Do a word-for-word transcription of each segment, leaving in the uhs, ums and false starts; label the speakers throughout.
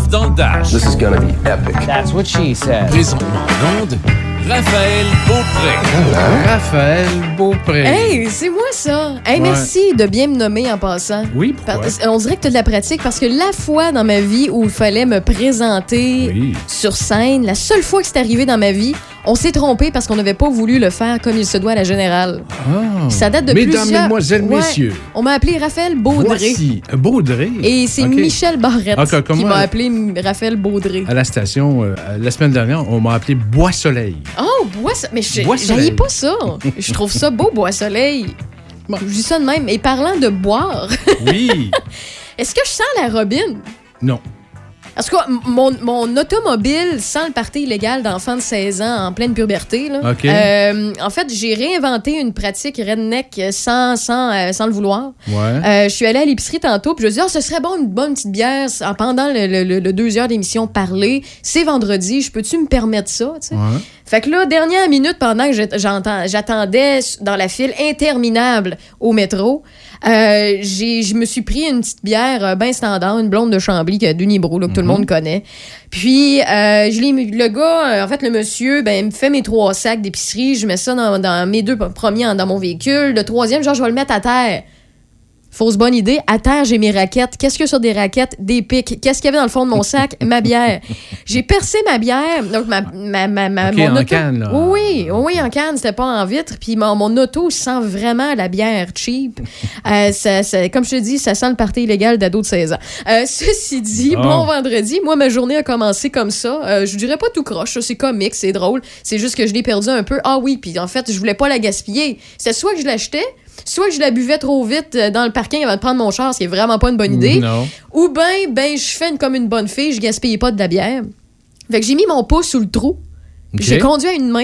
Speaker 1: dans le Dash.
Speaker 2: This is gonna be epic.
Speaker 3: That's what she said.
Speaker 1: Présentement en onde, Raphaël Beaupré.
Speaker 4: Raphaël Beaupré.
Speaker 5: Hey, c'est moi ça. Hey,
Speaker 4: Ouais.
Speaker 5: merci de bien me nommer en passant.
Speaker 4: Oui, pourquoi?
Speaker 5: Parce- on dirait que tu as de la pratique parce que la fois dans ma vie où il fallait me présenter
Speaker 4: Oui.
Speaker 5: sur scène, la seule fois que c'est arrivé dans ma vie, on s'est trompé parce qu'on n'avait pas voulu le faire comme il se doit à la générale.
Speaker 4: Ah.
Speaker 5: Ça date de
Speaker 4: Mesdames,
Speaker 5: plusieurs...
Speaker 4: mesdemoiselles,
Speaker 5: Ouais.
Speaker 4: messieurs.
Speaker 5: On m'a appelé Raphaël Baudré.
Speaker 4: Voici Baudré.
Speaker 5: Et c'est
Speaker 4: OK.
Speaker 5: Michel Barrette
Speaker 4: Ah, que- comment-
Speaker 5: qui m'a appelé M- Raphaël Baudré.
Speaker 4: À la station, euh, la semaine dernière, on m'a appelé Bois-Soleil.
Speaker 5: Oh, bois Mais je
Speaker 4: Bois-soleil.
Speaker 5: j'haïs pas ça. Je trouve ça beau, Bois-Soleil.
Speaker 4: Bon.
Speaker 5: Je dis ça de même. Et parlant de boire,
Speaker 4: Oui.
Speaker 5: est-ce que je sens la robine?
Speaker 4: Non.
Speaker 5: En tout cas, m- mon, mon automobile sent le party illégal d'enfants de seize ans en pleine puberté. Là.
Speaker 4: OK.
Speaker 5: Euh, en fait, j'ai réinventé une pratique redneck sans, sans, euh, sans le vouloir.
Speaker 4: Ouais.
Speaker 5: Euh, je suis allée à l'épicerie tantôt, puis je me suis dit, ah, ce serait bon une bonne petite bière en- pendant le, le- le- le deux heures d'émission parler. C'est vendredi, je peux-tu me permettre ça? Tu sais?
Speaker 4: Ouais.
Speaker 5: Fait que là, dernière minute, pendant que j'ai- j'entends- j'attendais dans la file interminable au métro, euh, j'ai- je me suis pris une petite bière euh, bien standard, une blonde de Chambly que d'Unibroue, là, que tout le monde connaît. Puis, euh, je l'ai mis- le gars, euh, en fait, le monsieur, ben, il me fait mes trois sacs d'épicerie, je mets ça dans, dans mes deux premiers en- dans mon véhicule. Le troisième, genre, je vais le mettre à terre. Fausse bonne idée. À terre, j'ai mes raquettes. Qu'est-ce qu'il y a sur des raquettes? Des pics. Qu'est-ce qu'il y avait dans le fond de mon sac? Ma bière. J'ai percé ma bière. Donc, ma, ma, ma, ma-
Speaker 4: OK,
Speaker 5: mon
Speaker 4: en
Speaker 5: auto...
Speaker 4: canne, là.
Speaker 5: Oui, oui, oui, en canne. C'était pas en vitre. Puis mon, mon auto sent vraiment la bière cheap. Euh, ça, ça- comme je te dis, ça sent le party illégal d'ado de seize ans. Euh, ceci dit,
Speaker 4: Oh.
Speaker 5: bon vendredi. Moi, ma journée a commencé comme ça. Euh, je dirais pas tout croche. ça, C'est comique, c'est drôle. C'est juste que je l'ai perdu un peu. Ah oui, puis en fait, je voulais pas la gaspiller. C'est soit que je l'achetais, soit que je la buvais trop vite euh, dans le parking avant de prendre mon char, ce qui est vraiment pas une bonne idée.
Speaker 4: Non.
Speaker 5: Ou ben, ben, je fais une, comme une bonne fille, je gaspillais pas de la bière. Fait que j'ai mis mon pouce sous le trou.
Speaker 4: OK.
Speaker 5: J'ai conduit à une main.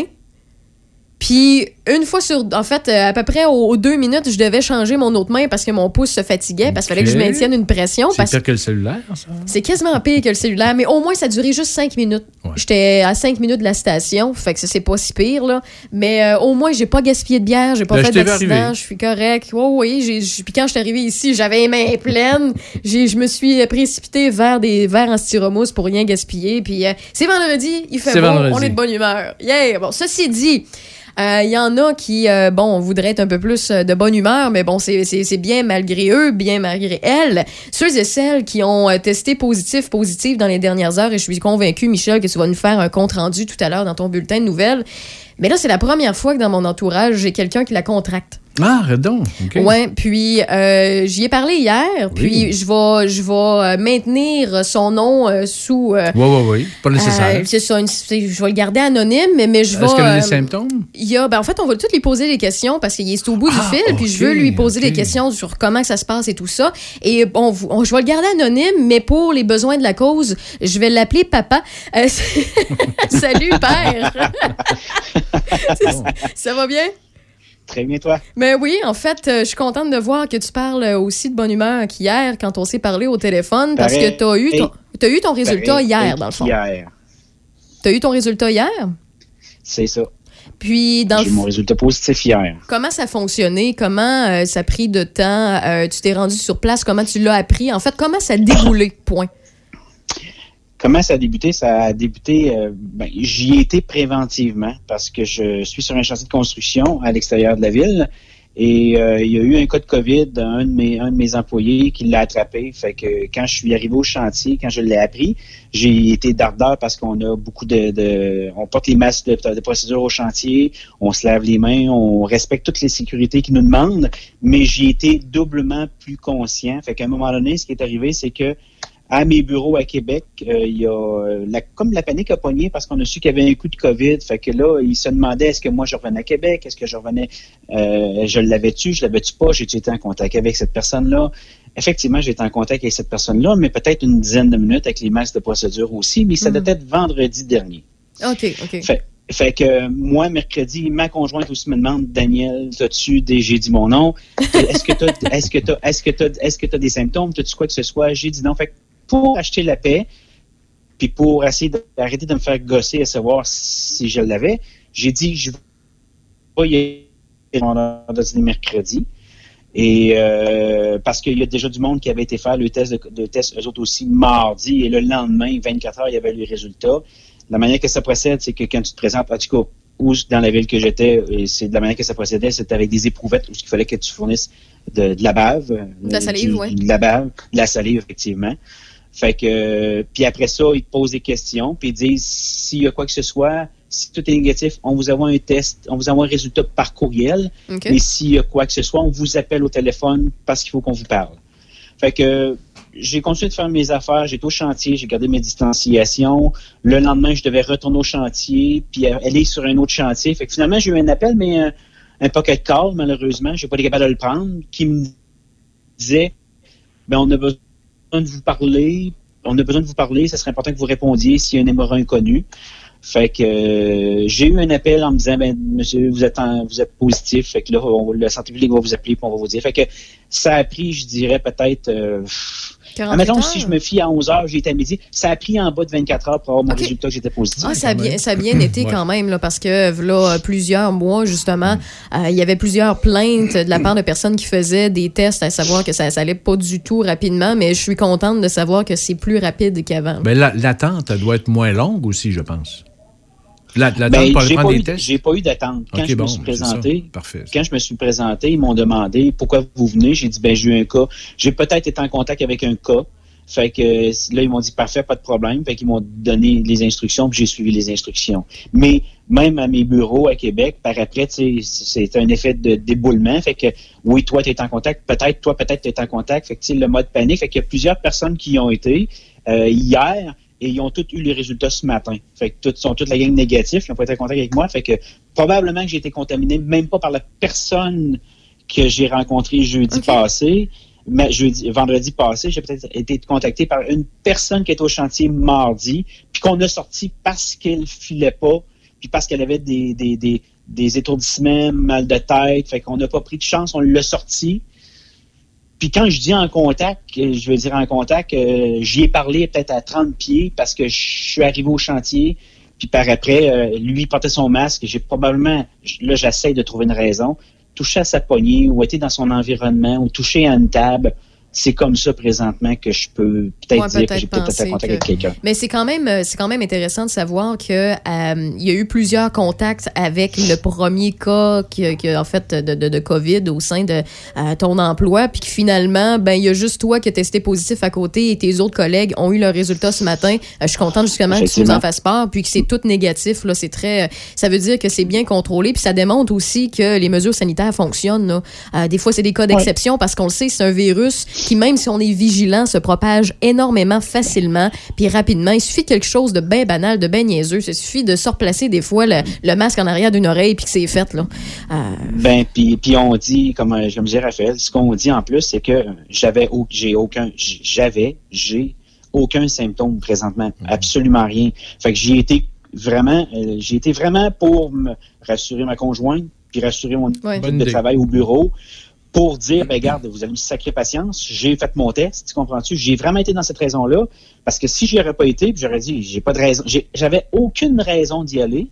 Speaker 5: Puis, une fois sur... En fait, euh, à peu près aux, aux deux minutes, je devais changer mon autre main parce que mon pouce se fatiguait, parce qu'il fallait que je
Speaker 4: OK.
Speaker 5: maintienne une pression.
Speaker 4: C'est
Speaker 5: Parce
Speaker 4: pire que le cellulaire, ça?
Speaker 5: c'est quasiment pire que le cellulaire, mais au moins, ça a duré juste cinq minutes.
Speaker 4: Ouais.
Speaker 5: J'étais à cinq minutes de la station, fait que ça, c'est pas si pire, là. Mais euh, au moins, j'ai pas gaspillé de bière, j'ai pas
Speaker 4: Ben,
Speaker 5: fait
Speaker 4: je t'ai vu
Speaker 5: d'accident,
Speaker 4: arriver.
Speaker 5: je suis correct. Oui, oui. j'ai- j'ai- Puis quand je suis arrivée ici, j'avais les mains pleines. J'ai- Je me suis précipitée vers des verres en styromousse pour rien gaspiller. Puis euh, c'est vendredi, il fait
Speaker 4: C'est
Speaker 5: beau,
Speaker 4: vendredi.
Speaker 5: on est de bonne humeur. Yeah! Bon, ceci dit... Il y en a qui, euh, bon, voudraient être un peu plus euh, de bonne humeur, mais bon, c'est c'est- c'est bien malgré eux, bien malgré elles. Ceux et celles qui ont euh, testé positif, positif dans les dernières heures, et je suis convaincue, Michel, que tu vas nous faire un compte-rendu tout à l'heure dans ton bulletin de nouvelles. Mais là, c'est la première fois que dans mon entourage, j'ai quelqu'un qui la contracte.
Speaker 4: Ah, redon. OK.
Speaker 5: Ouais, puis euh, j'y ai parlé hier, puis je vais je vais euh, maintenir son nom euh, sous... euh,
Speaker 4: Oui, oui, oui. Pas nécessaire.
Speaker 5: euh, c'est ça, une- c'est- je vais le garder anonyme, mais, mais je vais...
Speaker 4: Est-ce qu'elle a
Speaker 5: euh,
Speaker 4: des symptômes?
Speaker 5: il y a, ben en fait, on va tous lui poser des questions parce qu'il est au bout
Speaker 4: Ah,
Speaker 5: du fil, puis je veux
Speaker 4: ok,
Speaker 5: lui poser
Speaker 4: ok.
Speaker 5: des questions sur comment ça se passe et tout ça. Et bon, vous- on- je vais le garder anonyme, mais pour les besoins de la cause, je vais l'appeler papa. Euh, Salut, père! Ça va bien?
Speaker 6: Très bien, toi.
Speaker 5: Ben oui, en fait, euh, je suis contente de voir que tu parles aussi de bonne humeur qu'hier quand on s'est parlé au téléphone parce
Speaker 6: Pareil.
Speaker 5: que tu as eu ton, t'as eu ton résultat
Speaker 6: Pareil,
Speaker 5: hier, dans le fond.
Speaker 6: Hier,
Speaker 5: Tu as eu ton résultat hier?
Speaker 6: c'est ça.
Speaker 5: Puis, dans le
Speaker 6: J'ai mon résultat positif hier.
Speaker 5: Comment ça a fonctionné? Comment euh, ça a pris de temps? Euh, tu t'es rendu sur place? Comment tu l'as appris? En fait, comment ça a déroulé? Point.
Speaker 6: Comment ça a débuté? Ça a débuté, euh, ben, j'y ai été préventivement parce que je suis sur un chantier de construction à l'extérieur de la ville et euh, il y a eu un cas de COVID d'un de mes, un de mes employés qui l'a attrapé. Fait que quand je suis arrivé au chantier, quand je l'ai appris, j'ai été d'ardeur parce qu'on a beaucoup de, de on porte les masques de, de procédure au chantier, on se lave les mains, on respecte toutes les sécurités qu'ils nous demandent, mais j'ai été doublement plus conscient. Fait qu'à un moment donné, ce qui est arrivé, c'est que à mes bureaux à Québec, euh, il y a euh, la, comme la panique a pogné parce qu'on a su qu'il y avait un coup de COVID. Fait que là, ils se demandaient est-ce que moi je revenais à Québec, est-ce que je revenais, euh, je l'avais-tu, je l'avais-tu pas, j'ai-tu été en contact avec cette personne-là. Effectivement, j'ai été en contact avec cette personne-là, mais peut-être une dizaine de minutes avec les masques de procédure aussi, mais ça
Speaker 5: Mhm.
Speaker 6: devait être vendredi dernier.
Speaker 5: OK, OK.
Speaker 6: Fait, fait que euh, moi, mercredi, ma conjointe aussi me demande, Daniel, t'as-tu des, j'ai dit mon nom, est-ce que t'as, est-ce que t'as, est-ce que t'as, est-ce que t'as des symptômes, t'as-tu quoi que ce soit, j'ai dit non. Fait que pour acheter la paix, puis pour essayer d'arrêter de me faire gosser à savoir si je l'avais, j'ai dit, je vais y aller vendredi mercredi. Et euh, parce qu'il y a déjà du monde qui avait été faire le test de, de test, eux autres aussi, mardi, et le lendemain, vingt-quatre heures, il y avait les résultats. La manière que ça procède, c'est que quand tu te présentes, en tout cas, où dans la ville que j'étais, et c'est de la manière que ça procédait, c'était avec des éprouvettes où il fallait que tu fournisses de, de la bave.
Speaker 5: De la salive, oui.
Speaker 6: De la bave, de la salive, effectivement. Fait que, euh, puis après ça, ils te posent des questions, puis ils disent s'il y a quoi que ce soit, si tout est négatif, on vous envoie un test, on vous envoie un résultat par courriel. Okay. Mais s'il y a quoi que ce soit, on vous appelle au téléphone parce qu'il faut qu'on vous parle. Fait que j'ai continué de faire mes affaires, j'étais au chantier, j'ai gardé mes distanciations. Le lendemain, je devais retourner au chantier, puis aller sur un autre chantier. Fait que finalement, j'ai eu un appel, mais un, un pocket call, malheureusement, j'ai pas été capable de le prendre, qui me disait, ben on a besoin de vous parler, on a besoin de vous parler, ça serait important que vous répondiez s'il y a un numéro inconnu. Fait que euh, j'ai eu un appel en me disant, ben monsieur, vous êtes en, vous êtes positif, fait que là, on, la santé publique va vous appeler, puis on va vous dire. Fait que ça a pris, je dirais, peut-être... Euh, Admettons, si je me fie à onze heures, j'ai été à midi, ça a pris en bas de vingt-quatre heures pour avoir mon okay. résultat que j'étais positif.
Speaker 5: Ah, ça a bien, ça a bien été ouais. quand même, là, parce que là, plusieurs mois, justement, mm. euh, il y avait plusieurs plaintes de la part de personnes qui faisaient des tests, à savoir que ça n'allait pas du tout rapidement, mais je suis contente de savoir que c'est plus rapide qu'avant.
Speaker 4: Mais la, l'attente doit être moins longue aussi, je pense. La, l'attente
Speaker 6: ben,
Speaker 4: pour
Speaker 6: j'ai,
Speaker 4: prendre
Speaker 6: pas
Speaker 4: des
Speaker 6: eu,
Speaker 4: tests?
Speaker 6: J'ai pas eu d'attente. Quand
Speaker 4: okay,
Speaker 6: je
Speaker 4: bon,
Speaker 6: me suis présenté,
Speaker 4: Parfait.
Speaker 6: quand je me suis présenté, ils m'ont demandé pourquoi vous venez. J'ai dit, ben, j'ai eu un cas. J'ai peut-être été en contact avec un cas. Fait que là, ils m'ont dit, parfait, pas de problème. Fait qu'ils m'ont donné les instructions, puis j'ai suivi les instructions. Mais même à mes bureaux à Québec, par après, tu sais, c'est un effet de déboulement. Fait que, oui, toi, tu es en contact. Peut-être, toi, peut-être, tu es en contact. Fait que, tu sais, le mode panique. Fait qu'il y a plusieurs personnes qui y ont été euh, hier et ils ont tous eu les résultats ce matin. Fait que toutes sont toute la gang négative. Ils n'ont pas été en contact avec moi. Fait que probablement que j'ai été contaminé, même pas par la personne que j'ai rencontrée jeudi okay. passé. Mais jeudi, vendredi passé, j'ai peut-être été contacté par une personne qui était au chantier mardi, puis qu'on a sorti parce qu'elle filait pas, puis parce qu'elle avait des, des, des, des étourdissements, mal de tête, fait qu'on n'a pas pris de chance, on l'a sorti. Puis quand je dis en contact, je veux dire en contact, euh, j'y ai parlé peut-être à trente pieds parce que je suis arrivé au chantier, puis par après, euh, lui portait son masque, j'ai probablement, là j'essaie de trouver une raison, toucher à sa poignée ou être dans son environnement ou toucher à une table. C'est comme ça présentement que je peux peut-être ouais, dire peut-être que j'ai peut-être été en contact que... avec quelqu'un.
Speaker 5: Mais c'est quand même c'est quand même intéressant de savoir que euh, il y a eu plusieurs contacts avec le premier cas qui, qui en fait de, de, de COVID au sein de euh, ton emploi, puis que finalement ben il y a juste toi qui as testé positif à côté et tes autres collègues ont eu leurs résultats ce matin. Euh, je suis contente justement que tu nous en fasses part, puis que c'est tout négatif là, c'est très ça veut dire que c'est bien contrôlé, puis ça démontre aussi que les mesures sanitaires fonctionnent. Là. Euh, des fois c'est des cas d'exception ouais. parce qu'on le sait, c'est un virus qui, même si on est vigilant, se propage énormément facilement puis rapidement. Il suffit de quelque chose de bien banal, de bien niaiseux. Il suffit de se replacer des fois le, le masque en arrière d'une oreille puis que c'est fait. Là. Euh...
Speaker 6: Ben, puis, puis on dit, comme je me disais, Raphaël, ce qu'on dit en plus, c'est que j'avais, j'ai aucun, j'avais, j'ai aucun symptôme présentement. Absolument rien. Fait que j'y étais vraiment, euh, j'ai été vraiment pour me rassurer ma conjointe puis rassurer mon
Speaker 5: ouais.
Speaker 6: équipe de travail au bureau. Pour dire, ben garde, vous avez une sacrée patience, j'ai fait mon test, tu comprends-tu? J'ai vraiment été dans cette raison-là, parce que si j'y aurais pas été, puis j'aurais dit, j'ai pas de raison, j'ai, j'avais aucune raison d'y aller,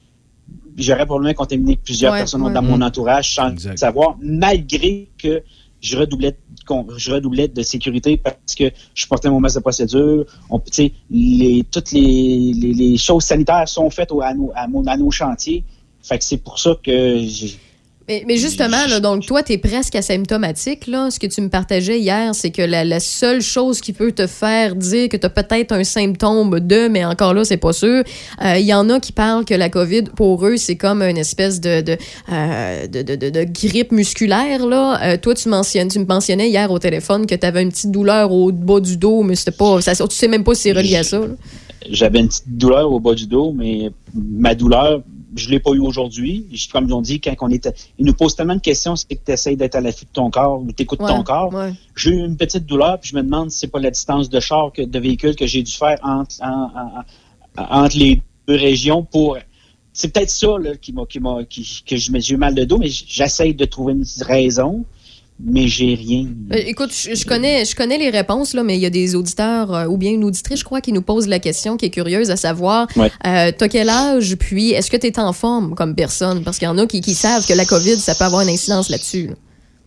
Speaker 6: j'aurais probablement contaminé plusieurs ouais, personnes ouais. dans mon entourage sans exact. Savoir, malgré que je redoublais, de, je redoublais de sécurité parce que je portais mon masque de procédure. On, les, toutes les, les, les choses sanitaires sont faites au, à, nos, à, mon, à nos chantiers. Fait que c'est pour ça que j'ai...
Speaker 5: Mais, mais justement, là, donc toi, tu es presque asymptomatique. Là. Ce que tu me partageais hier, c'est que la, la seule chose qui peut te faire dire que tu as peut-être un symptôme de, mais encore là, c'est pas sûr. Il euh, y en a qui parlent que la COVID, pour eux, c'est comme une espèce de, de, euh, de, de, de, de grippe musculaire. Là. Euh, toi, tu, mentionnes, tu me mentionnais hier au téléphone que tu avais une petite douleur au bas du dos, mais c'était pas. Ça, tu sais même pas si c'est relié à ça. Là.
Speaker 6: J'avais une petite douleur au bas du dos, mais ma douleur, je l'ai pas eu aujourd'hui. Comme ils ont dit, quand on est, ils nous posent tellement de questions, c'est que tu essaies d'être à l'affût de ton corps ou t'écoutes
Speaker 5: ouais,
Speaker 6: ton corps.
Speaker 5: Ouais.
Speaker 6: J'ai eu une petite douleur, puis je me demande si c'est pas la distance de char, que, de véhicule que j'ai dû faire entre, en, en, en, entre les deux régions pour. C'est peut-être ça là, qui m'a, qui m'a, qui, que j'ai eu mal de dos, mais j'essaie de trouver une raison. Mais j'ai rien.
Speaker 5: Euh, écoute, je, je connais je connais les réponses, là, mais il y a des auditeurs euh, ou bien une auditrice, je crois, qui nous pose la question, qui est curieuse à savoir ouais. euh, t'as quel âge, puis est-ce que t'es en forme comme personne? Parce qu'il y en a qui, qui savent que la COVID, ça peut avoir une incidence là-dessus. Là.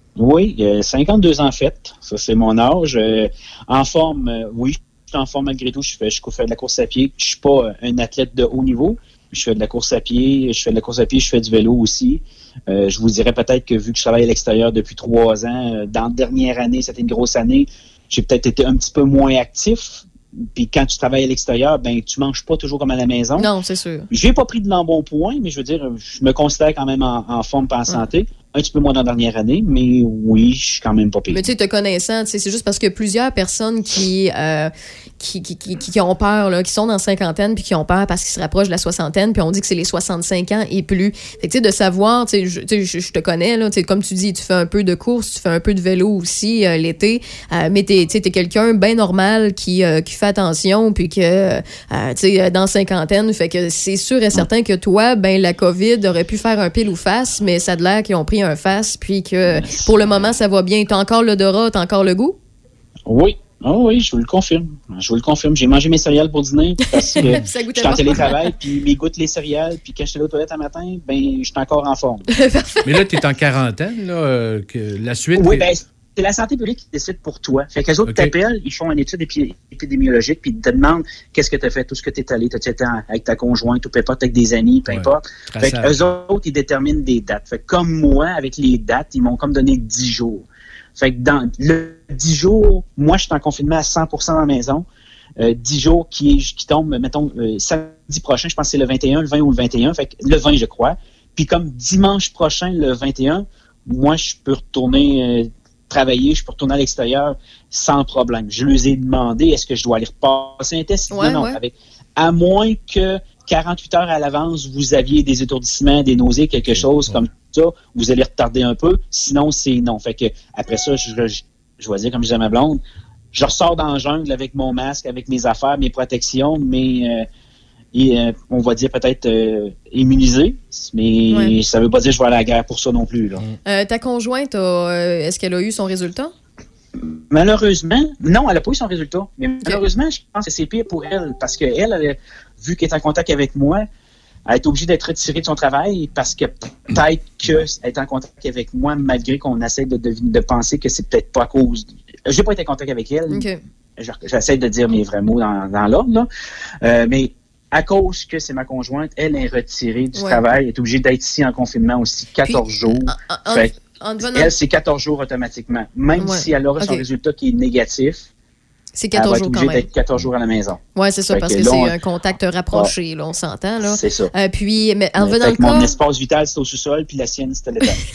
Speaker 6: Oui, euh, cinquante-deux ans fait. Ça, c'est mon âge. Euh, en forme, euh, oui, je suis en forme malgré tout. Je fais, je fais de la course à pied. Je suis pas un athlète de haut niveau. Je fais de la course à pied. Je fais de la course à pied. Je fais du vélo aussi. Euh, je vous dirais peut-être que vu que je travaille à l'extérieur depuis trois ans, euh, dans la dernière année, c'était une grosse année, j'ai peut-être été un petit peu moins actif. Puis quand tu travailles à l'extérieur, ben tu manges pas toujours comme à la maison.
Speaker 5: Non, c'est sûr.
Speaker 6: J'ai pas pris de l'embonpoint, mais je veux dire, je me considère quand même en, en forme, pas en santé. Un petit peu moins dans la dernière année, mais oui, je suis quand même pas pire.
Speaker 5: Mais tu sais, te connaissant, c'est juste parce que plusieurs personnes qui, euh, qui, qui, qui, qui ont peur, là, qui sont dans la cinquantaine, puis qui ont peur parce qu'ils se rapprochent de la soixantaine, puis on dit que c'est les soixante-cinq ans et plus. Fait que tu sais, de savoir, tu sais, je, je, je te connais, là, tu sais, comme tu dis, tu fais un peu de course, tu fais un peu de vélo aussi euh, l'été, euh, mais t'es, tu sais, t'es quelqu'un bien normal qui, euh, qui fait attention, puis que, euh, tu sais, dans la cinquantaine, fait que c'est sûr et certain que toi, ben la COVID aurait pu faire un pile ou face, mais ça a l'air qu'ils ont pris un face, puis que pour le moment, ça va bien. T'as encore l'odorat, t'as encore le goût?
Speaker 6: Oui. Oh oui, je vous le confirme. Je vous le confirme. J'ai mangé mes céréales pour dîner parce que je suis en télétravail, puis mes gouttes les céréales, puis quand je suis allé aux toilettes un matin, ben je suis encore en forme.
Speaker 4: Mais là, tu es en quarantaine, là, euh, que la suite...
Speaker 6: Oui,
Speaker 4: est...
Speaker 6: bien, c'est la santé publique qui décide pour toi. Fait qu'eux autres okay. t'appellent, ils font une étude épi- épidémiologique, puis ils te demandent qu'est-ce que tu as fait, tout ce que tu es allé, tu as été avec ta conjointe, ou peu importe, avec des amis, peu ouais. importe. Fait qu'eux autres, ils déterminent des dates. Fait que comme moi, avec les dates, ils m'ont comme donné dix jours. Fait que dans le dix jours, moi, je suis en confinement à cent pour cent dans la maison. Euh, dix jours qui, qui tombent, mettons, euh, samedi prochain, je pense que c'est le vingt et un, le vingt ou le vingt et un. Fait que le vingt, je crois. Puis comme dimanche prochain, le vingt et un, moi, je peux retourner... Euh, travailler, je peux retourner à l'extérieur sans problème. Je leur ai demandé, est-ce que je dois aller repasser un test?
Speaker 5: Ouais,
Speaker 6: non, non.
Speaker 5: Ouais.
Speaker 6: Avec, à moins que quarante-huit heures à l'avance, vous aviez des étourdissements, des nausées, quelque chose ouais. comme ça, vous allez retarder un peu. Sinon, c'est non. Fait que après ça, je, je, je vais dire, comme je disais à ma blonde, je ressors dans la jungle avec mon masque, avec mes affaires, mes protections, mais... Euh, Et euh, on va dire peut-être euh, immunisé, mais ouais. ça veut pas dire que je vais aller à la guerre pour ça non plus. Là.
Speaker 5: Euh, ta conjointe, a, euh, est-ce qu'elle a eu son résultat?
Speaker 6: Malheureusement, non, elle n'a pas eu son résultat. Mais okay. malheureusement, je pense que c'est pire pour elle parce qu'elle, elle, vu qu'elle est en contact avec moi, elle est obligée d'être retirée de son travail parce que peut-être qu'elle est en contact avec moi malgré qu'on essaie de, de, de penser que c'est peut-être pas à cause... Je n'ai pas été en contact avec elle.
Speaker 5: Okay.
Speaker 6: J'essaie de dire mes vrais mots dans, dans l'ordre, là. Euh, mais à cause que c'est ma conjointe, elle est retirée du ouais. travail, elle est obligée d'être ici en confinement aussi quatorze Puis, jours. En, en, fait, en devenant... Elle, c'est quatorze jours automatiquement. Même ouais. si elle aura okay. son résultat qui est négatif,
Speaker 5: c'est quatorze jours quand même.
Speaker 6: Elle va être obligée d'être quatorze jours à la maison.
Speaker 5: Oui, c'est ça, fait parce que, que là, c'est on... un contact rapproché, là, on s'entend. Là.
Speaker 6: C'est ça.
Speaker 5: Euh, puis, mais en devenant
Speaker 6: le
Speaker 5: cas...
Speaker 6: Mon espace vital, c'est au sous-sol, puis la sienne, c'est à l'étage.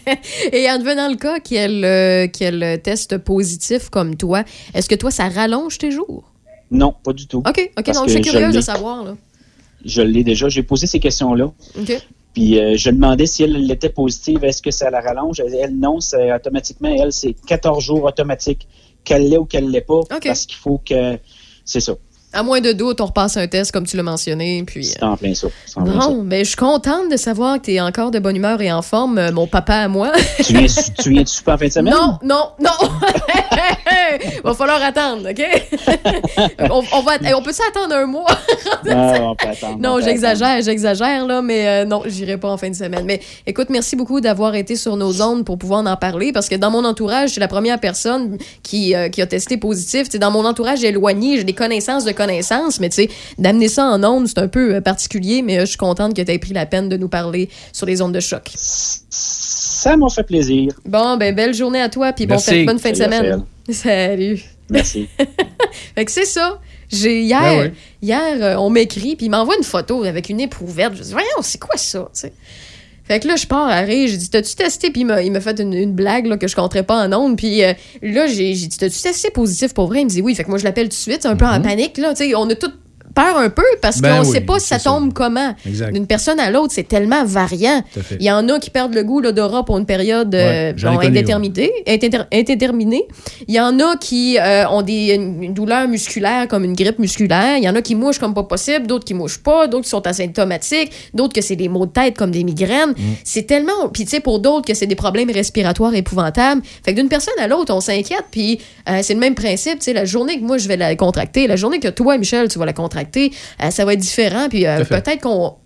Speaker 5: Et en devenant le cas qu'elle, euh, qu'elle teste positif comme toi, est-ce que toi, ça rallonge tes jours? Non,
Speaker 6: pas du tout.
Speaker 5: OK, OK, donc je suis curieuse de savoir, là.
Speaker 6: Je l'ai déjà. J'ai posé ces questions-là.
Speaker 5: OK.
Speaker 6: Puis euh, je demandais si elle était positive, est-ce que ça la rallonge? Elle, elle non, c'est automatiquement, elle, c'est quatorze jours automatique, qu'elle l'ait ou qu'elle l'ait pas, okay. parce qu'il faut que... C'est ça.
Speaker 5: À moins de doute, on repasse un test, comme tu l'as mentionné. Puis,
Speaker 6: c'est en plein ça. C'est en
Speaker 5: bon,
Speaker 6: plein ça.
Speaker 5: Ben, je suis contente de savoir que tu es encore de bonne humeur et en forme, euh, mon papa à moi.
Speaker 6: tu viens tu viens de souper en fin de semaine?
Speaker 5: Non, non, non! Va falloir attendre, OK? on, on, va, on peut s'attendre un mois?
Speaker 6: non, on peut attendre.
Speaker 5: Non,
Speaker 6: on peut
Speaker 5: j'exagère,
Speaker 6: attendre.
Speaker 5: j'exagère, là, mais euh, non, j'irai pas en fin de semaine. Mais écoute, merci beaucoup d'avoir été sur nos ondes pour pouvoir en parler, parce que dans mon entourage, je suis la première personne qui, euh, qui a testé positif. T'sais, dans mon entourage éloigné, j'ai des connaissances de connaissances, mais tu sais, d'amener ça en ondes, c'est un peu euh, particulier, mais euh, je suis contente que tu aies pris la peine de nous parler sur les ondes de choc.
Speaker 6: Ça m'a fait plaisir.
Speaker 5: Bon, ben belle journée à toi, puis bon, fait, bonne fin de semaine. Raphaël. Salut.
Speaker 6: Merci.
Speaker 5: Fait que c'est ça. J'ai, hier, ben ouais. hier euh, on m'écrit, puis il m'envoie une photo avec une éprouvette. Je dis, voyons, c'est quoi ça, tu sais? Fait que là, je pars à rire. J'ai dit, t'as-tu testé? Puis il m'a, il m'a fait une, une blague là, que je compterais pas en ondes. Puis euh, là, j'ai, j'ai dit, t'as-tu testé positif pour vrai? Il me dit oui. Fait que moi, je l'appelle tout de suite. C'est un peu mm-hmm. en panique. Là. Tu sais, on a tout peur un peu parce ben qu'on ne oui, sait pas si ça tombe ça. Comment.
Speaker 4: Exact.
Speaker 5: D'une personne à l'autre, c'est tellement variant. Il y en a qui perdent le goût l'odorat pour une période ouais, euh, bon, indéterminée, ouais. indéterminée. Il y en a qui euh, ont des, une, une douleur musculaire comme une grippe musculaire. Il y en a qui mouchent comme pas possible, d'autres qui mouchent pas, d'autres qui sont asymptomatiques, d'autres que c'est des maux de tête comme des migraines. Mm. C'est tellement... Puis tu sais, pour d'autres que c'est des problèmes respiratoires épouvantables. Fait que d'une personne à l'autre, on s'inquiète. Puis euh, c'est le même principe. Tu sais, la journée que moi, je vais la contracter, la journée que toi, Michel, tu vas la contracter, Euh, ça va être différent. Puis euh, peut-être qu'on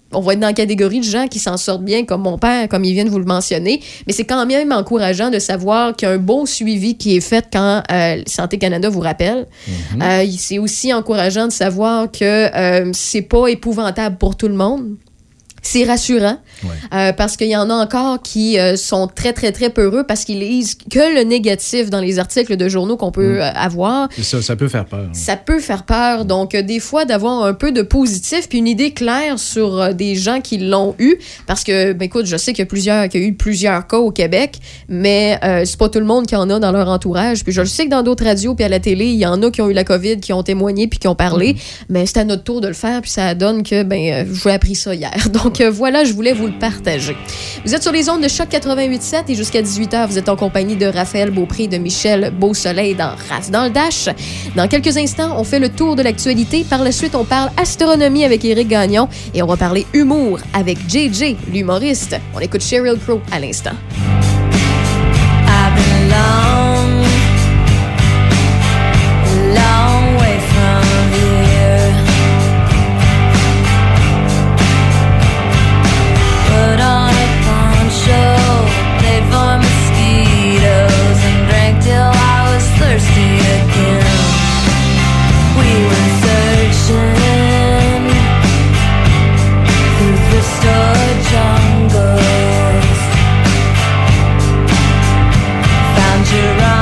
Speaker 5: on va être dans la catégorie de gens qui s'en sortent bien, comme mon père, comme il vient de vous le mentionner. Mais c'est quand même encourageant de savoir qu'il y a un bon suivi qui est fait quand euh, Santé Canada vous rappelle. Mm-hmm. Euh, c'est aussi encourageant de savoir que euh, c'est pas épouvantable pour tout le monde. C'est rassurant ouais. euh, parce qu'il y en a encore qui euh, sont très, très, très peureux parce qu'ils lisent que le négatif dans les articles de journaux qu'on peut mmh. euh, avoir.
Speaker 4: Ça, ça peut faire peur.
Speaker 5: Ça peut faire peur. Donc, euh, des fois, d'avoir un peu de positif puis une idée claire sur euh, des gens qui l'ont eu. Parce que, ben, écoute, je sais qu'il y a, plusieurs, qu'il y a eu plusieurs cas au Québec, mais euh, c'est pas tout le monde qui en a dans leur entourage. Puis je sais que dans d'autres radios puis à la télé, il y en a qui ont eu la COVID, qui ont témoigné puis qui ont parlé. Mmh. Mais c'est à notre tour de le faire puis ça donne que, ben, euh, j'ai appris ça hier. Donc, Donc voilà, je voulais vous le partager. Vous êtes sur les ondes de Choc quatre-vingt-huit sept et jusqu'à dix-huit heures, vous êtes en compagnie de Raphaël Beaupré et de Michel Beausoleil dans Raph dans le Dash. Dans quelques instants, on fait le tour de l'actualité. Par la suite, on parle astronomie avec Éric Gagnon et on va parler humour avec J J, l'humoriste. On écoute Sheryl Crow à l'instant. I belong, long way from here. Put on a poncho, played for mosquitoes, and drank till I was thirsty again. We were searching through the store jungles, found your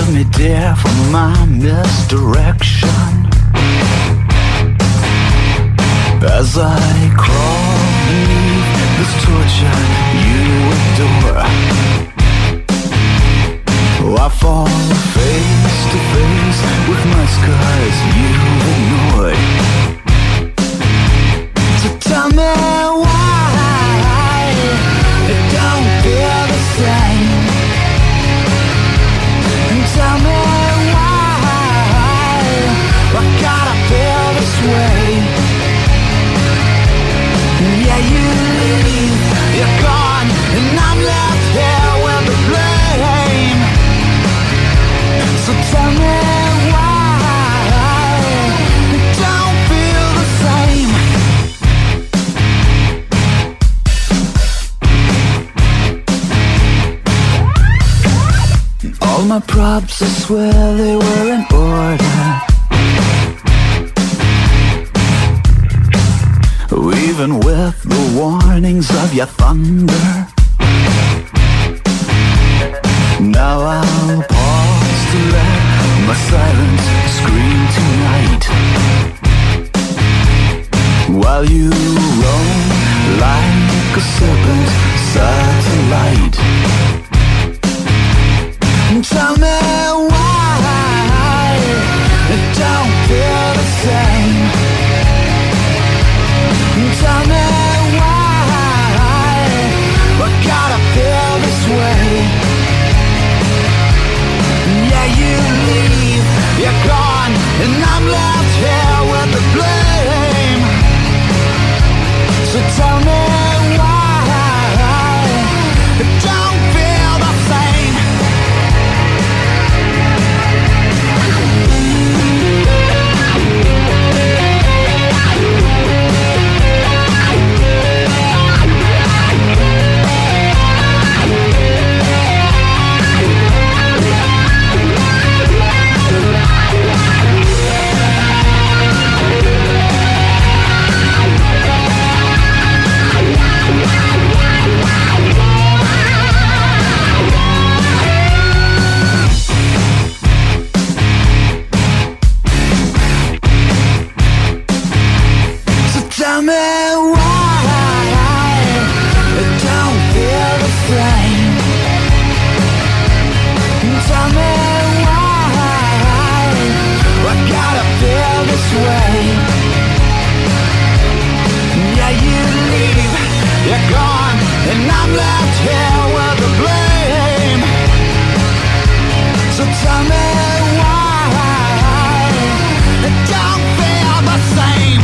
Speaker 2: Forgive me, dear, for my misdirection. As I crawl beneath this torture you adore, I fall face to face with my scars you've ignored. So tell me why it don't feel the same. And tell me why I gotta feel this way. Yeah, you leave, you're gone, and I'm left here with the blame. So tell me why it don't feel the same. All my props, I swear they were in order. Even with the warnings of your thunder, now I'll pause to let my silence scream tonight, while you roam like a serpent satellite. Tell me why it don't feel the same. Tell me why I gotta feel this way. Yeah, you leave, you're gone, and I'm left here with the blame. So tell me why it don't feel the same. Tell me why it don't feel the same. Tell me why I gotta feel this way. Yeah, you leave, you're gone, and I'm left here with the blame. So tell me why it don't feel the same.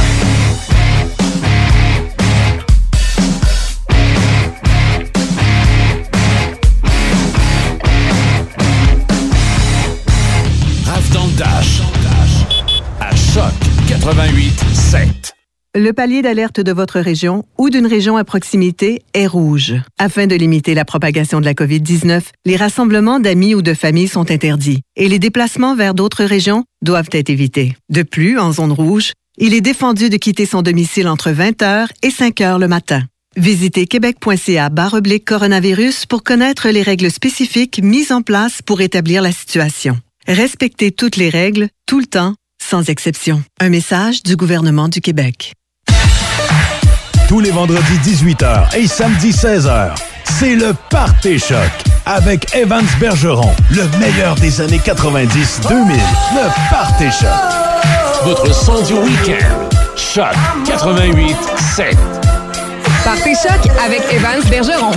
Speaker 1: Dash à Choc quatre-vingt-huit sept.
Speaker 3: Le palier d'alerte de votre région ou d'une région à proximité est rouge. Afin de limiter la propagation de la covid dix-neuf, les rassemblements d'amis ou de familles sont interdits et les déplacements vers d'autres régions doivent être évités. De plus, en zone rouge, il est défendu de quitter son domicile entre vingt heures et cinq heures le matin. Visitez québec.ca barre oblique coronavirus pour connaître les règles spécifiques mises en place pour établir la situation. Respectez toutes les règles, tout le temps, sans exception. Un message du gouvernement du Québec.
Speaker 7: Tous les vendredis dix-huit heures et samedi seize heures, c'est le Party Choc avec Evans Bergeron. Le meilleur des années quatre-vingt-dix deux mille. Le Party Choc.
Speaker 1: Votre son du week-end. Choc quatre-vingt-huit sept.
Speaker 8: Party Choc avec Evans Bergeron.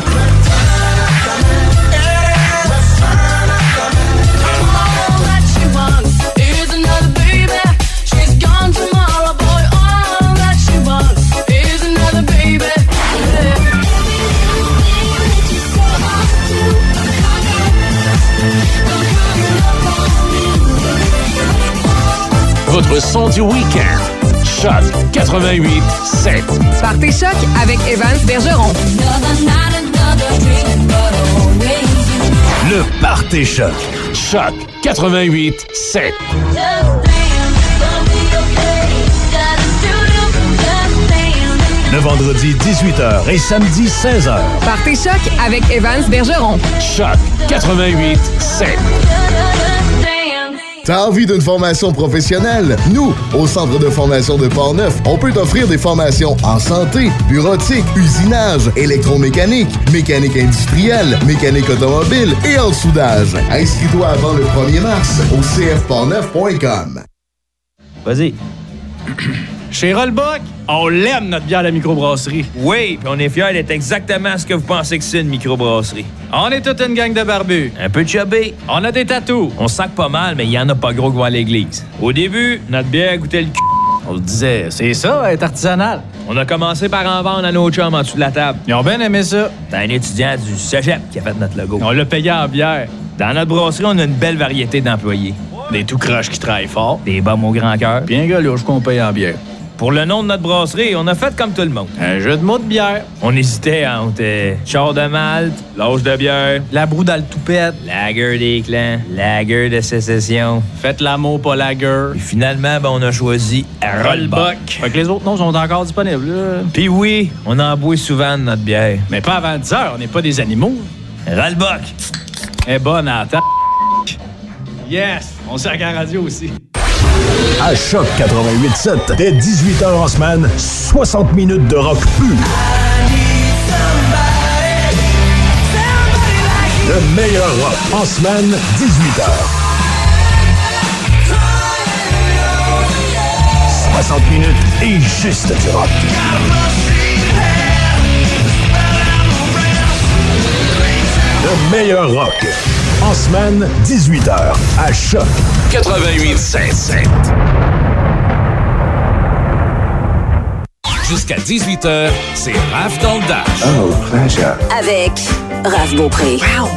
Speaker 1: Votre son du week-end. Choc quatre-vingt-huit sept.
Speaker 8: Party Choc avec Evans Bergeron.
Speaker 7: Le Party Choc.
Speaker 1: Choc quatre-vingt-huit sept.
Speaker 7: Le vendredi dix-huit heures et samedi seize heures.
Speaker 8: Party Choc avec Evans Bergeron.
Speaker 1: Choc quatre-vingt-huit sept.
Speaker 9: T'as envie d'une formation professionnelle? Nous, au Centre de formation de Portneuf, on peut t'offrir des formations en santé, bureautique, usinage, électromécanique, mécanique industrielle, mécanique automobile et en soudage. Inscris-toi avant le premier mars au c f portneuf point com.
Speaker 10: Vas-y.
Speaker 11: Chez Rollbuck, on l'aime notre bière de microbrasserie.
Speaker 10: Oui, puis on est fiers d'être exactement ce que vous pensez que c'est une microbrasserie.
Speaker 11: On est toute une gang de barbus.
Speaker 10: Un peu de chubby.
Speaker 11: On a des tatous.
Speaker 10: On sac pas mal, mais il y en a pas gros qui vont à l'église. Au début, notre bière goûtait le c***.
Speaker 11: On se disait, c'est ça, être artisanal.
Speaker 10: On a commencé par en vendre à nos chums en dessous de la table.
Speaker 11: Ils ont bien aimé ça.
Speaker 10: C'est un étudiant du cégep qui a fait notre logo.
Speaker 11: On l'a payé en bière.
Speaker 10: Dans notre brasserie, on a une belle variété d'employés.
Speaker 11: Des tout croches qui travaillent fort.
Speaker 10: Des bombes au grand cœur.
Speaker 11: Bien galouche qu'on paye en bière.
Speaker 10: Pour le nom de notre brasserie, on a fait comme tout le monde.
Speaker 11: Un jeu de mots de bière.
Speaker 10: On hésitait entre euh, char de malte, l'âge de bière,
Speaker 11: la broue dans le toupette,
Speaker 10: lager des clans, lager de sécession.
Speaker 11: Faites l'amour, pas lager.
Speaker 10: Et finalement, ben, on a choisi Rollbuck.
Speaker 11: Fait que les autres noms sont encore disponibles. Là.
Speaker 10: Puis oui, on en boit souvent de notre bière.
Speaker 11: Mais pas avant dix heures, on n'est pas des animaux.
Speaker 10: Rollbuck.
Speaker 11: Elle est bonne à ta... Yes! On sert à la radio aussi.
Speaker 7: À Choc quatre-vingt-huit sept, dès dix-huit heures en semaine, soixante minutes de rock pur. Le meilleur rock en semaine, dix-huit heures. soixante minutes et juste du rock. Le meilleur rock en semaine, dix-huit heures, à Choc
Speaker 1: quatre-vingt-huit sept. Jusqu'à dix-huit heures, c'est Raph dans le Dash.
Speaker 12: Oh, pleasure. Avec Raph Beaupré.
Speaker 5: Wow!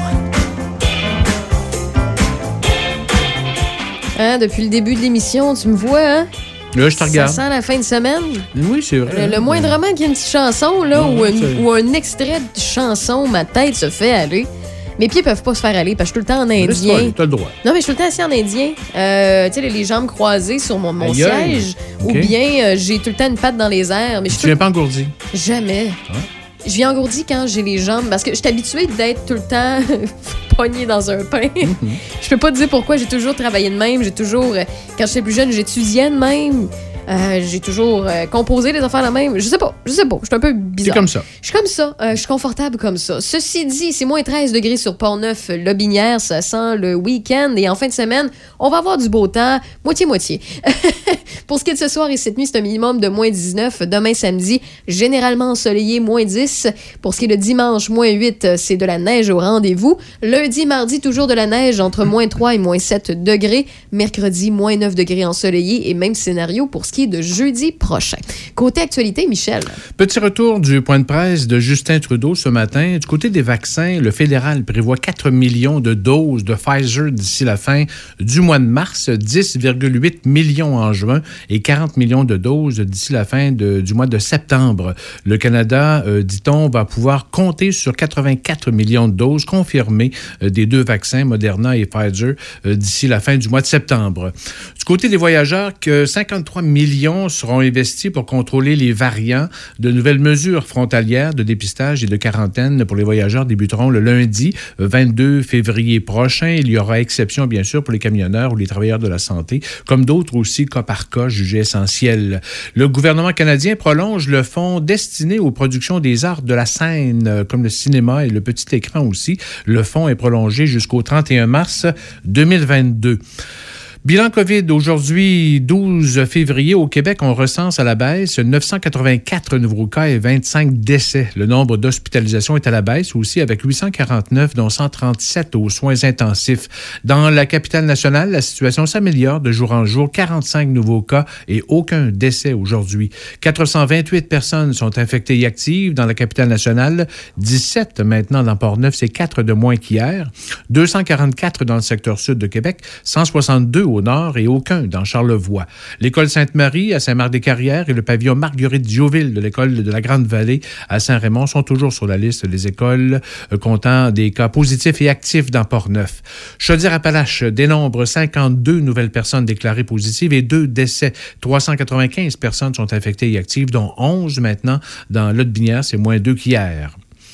Speaker 5: Hein, depuis le début de l'émission, tu me vois, hein?
Speaker 4: Là, je te regarde.
Speaker 5: Ça sent la fin de semaine.
Speaker 4: Oui, c'est vrai.
Speaker 5: Le, le moindrement qu'il y ait une petite chanson, là,
Speaker 4: non,
Speaker 5: ou, un,
Speaker 4: c'est...
Speaker 5: ou un extrait de chanson, ma tête se fait aller. Mes pieds peuvent pas se faire aller parce que je suis tout le temps en indien.
Speaker 4: T'as le droit.
Speaker 5: Non, mais je suis tout le temps assis en indien. Euh, tu sais, les jambes croisées sur mon, mon siège. Okay. Ou bien euh, j'ai tout le temps une patte dans les airs. Mais je
Speaker 4: tu viens tout... pas engourdi?
Speaker 5: Jamais. Hein? Je viens engourdi quand j'ai les jambes. Parce que je suis habituée d'être tout le temps pognée dans un pain. Mm-hmm. Je peux pas te dire pourquoi. J'ai toujours travaillé de même. J'ai toujours... Quand j'étais plus jeune, j'étudiais de même. Euh, j'ai toujours euh, composé des affaires la même. Je sais pas, je sais pas. Je suis un peu bizarre.
Speaker 4: C'est comme ça.
Speaker 5: Je suis comme ça. Euh, je suis confortable comme ça. Ceci dit, c'est moins treize degrés sur Portneuf, Lobinière. Ça sent le week-end. Et en fin de semaine, on va avoir du beau temps. Moitié-moitié. Pour ce qui est de ce soir et cette nuit, c'est un minimum de moins dix-neuf. Demain, samedi, généralement ensoleillé, moins dix. Pour ce qui est de dimanche, moins huit, c'est de la neige au rendez-vous. Lundi, mardi, toujours de la neige entre moins trois et moins sept degrés. Mercredi, moins neuf degrés ensoleillé. Et même scénario pour ce qui est de jeudi prochain. Côté actualité, Michel.
Speaker 4: Petit retour du point de presse de Justin Trudeau ce matin. Du côté des vaccins, le fédéral prévoit quatre millions de doses de Pfizer d'ici la fin du mois de mars, dix virgule huit millions en juin et quarante millions de doses d'ici la fin de, du mois de septembre. Le Canada, euh, dit-on, va pouvoir compter sur quatre-vingt-quatre millions de doses confirmées euh, des deux vaccins, Moderna et Pfizer, euh, d'ici la fin du mois de septembre. Du côté des voyageurs, que cinquante-trois millions seront investis pour contrôler les variants. De nouvelles mesures frontalières de dépistage et de quarantaine pour les voyageurs débuteront le lundi vingt-deux février prochain. Il y aura exception, bien sûr, pour les camionneurs ou les travailleurs de la santé, comme d'autres aussi, cas par cas, jugés essentiels. Le gouvernement canadien prolonge le fonds destiné aux productions des arts de la scène, comme le cinéma et le petit écran aussi. Le fonds est prolongé jusqu'au trente et un mars deux mille vingt-deux. Bilan COVID, aujourd'hui, douze février, au Québec, on recense à la baisse neuf cent quatre-vingt-quatre nouveaux cas et vingt-cinq décès. Le nombre d'hospitalisations est à la baisse aussi, avec huit cent quarante-neuf, dont cent trente-sept aux soins intensifs. Dans la capitale nationale, la situation s'améliore de jour en jour. quarante-cinq nouveaux cas et aucun décès aujourd'hui. quatre cent vingt-huit personnes sont infectées et actives dans la capitale nationale. dix-sept maintenant dans Portneuf, c'est quatre de moins qu'hier. deux cent quarante-quatre dans le secteur sud de Québec, cent soixante-deux au nord et aucun dans Charlevoix. L'école Sainte-Marie à Saint-Marc-des-Carrières et le pavillon Marguerite-Diouville de l'école de la Grande-Vallée à Saint-Raymond sont toujours sur la liste des écoles euh, comptant des cas positifs et actifs dans Portneuf. Chaudière-Appalaches dénombre cinquante-deux nouvelles personnes déclarées positives et deux décès. trois cent quatre-vingt-quinze personnes sont infectées et actives, dont onze maintenant dans l'Aude-Binière, c'est moins deux qu'hier.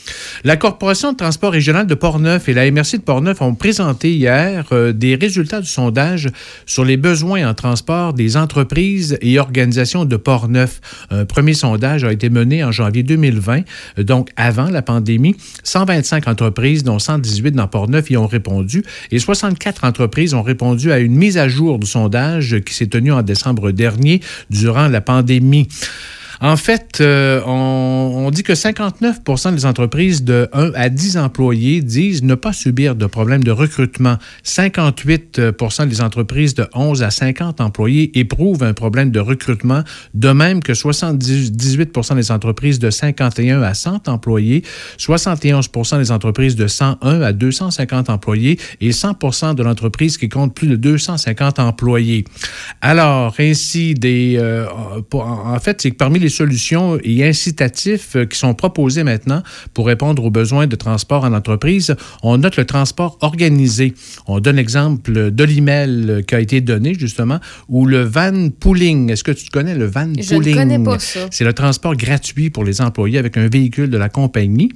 Speaker 4: La Corporation de transport régional de Portneuf et la M R C de Portneuf ont présenté hier euh, des résultats du sondage sur les besoins en transport des entreprises et organisations de Portneuf. Un premier sondage a été mené en janvier deux mille vingt, donc avant la pandémie. cent vingt-cinq entreprises, dont cent dix-huit dans Portneuf, y ont répondu et soixante-quatre entreprises ont répondu à une mise à jour du sondage qui s'est tenue en décembre dernier durant la pandémie. En fait, euh, on, on dit que cinquante-neuf pour cent des entreprises de un à dix employés disent ne pas subir de problème de recrutement. cinquante-huit pour cent des entreprises de onze à cinquante employés éprouvent un problème de recrutement, de même que soixante-dix-huit pour cent des entreprises de cinquante et un à cent employés, soixante et onze pour cent des entreprises de cent un à deux cent cinquante employés et cent pour cent de l'entreprise qui compte plus de deux cent cinquante employés. Alors, ainsi, des, euh, pour, en fait, c'est que parmi les solutions et incitatifs qui sont proposés maintenant pour répondre aux besoins de transport en entreprise, on note le transport organisé. On donne l'exemple de l'email qui a été donné, justement, ou le van pooling. Est-ce que tu connais le van
Speaker 5: Je
Speaker 4: pooling?
Speaker 5: Je ne connais pas ça.
Speaker 4: C'est le transport gratuit pour les employés avec un véhicule de la compagnie.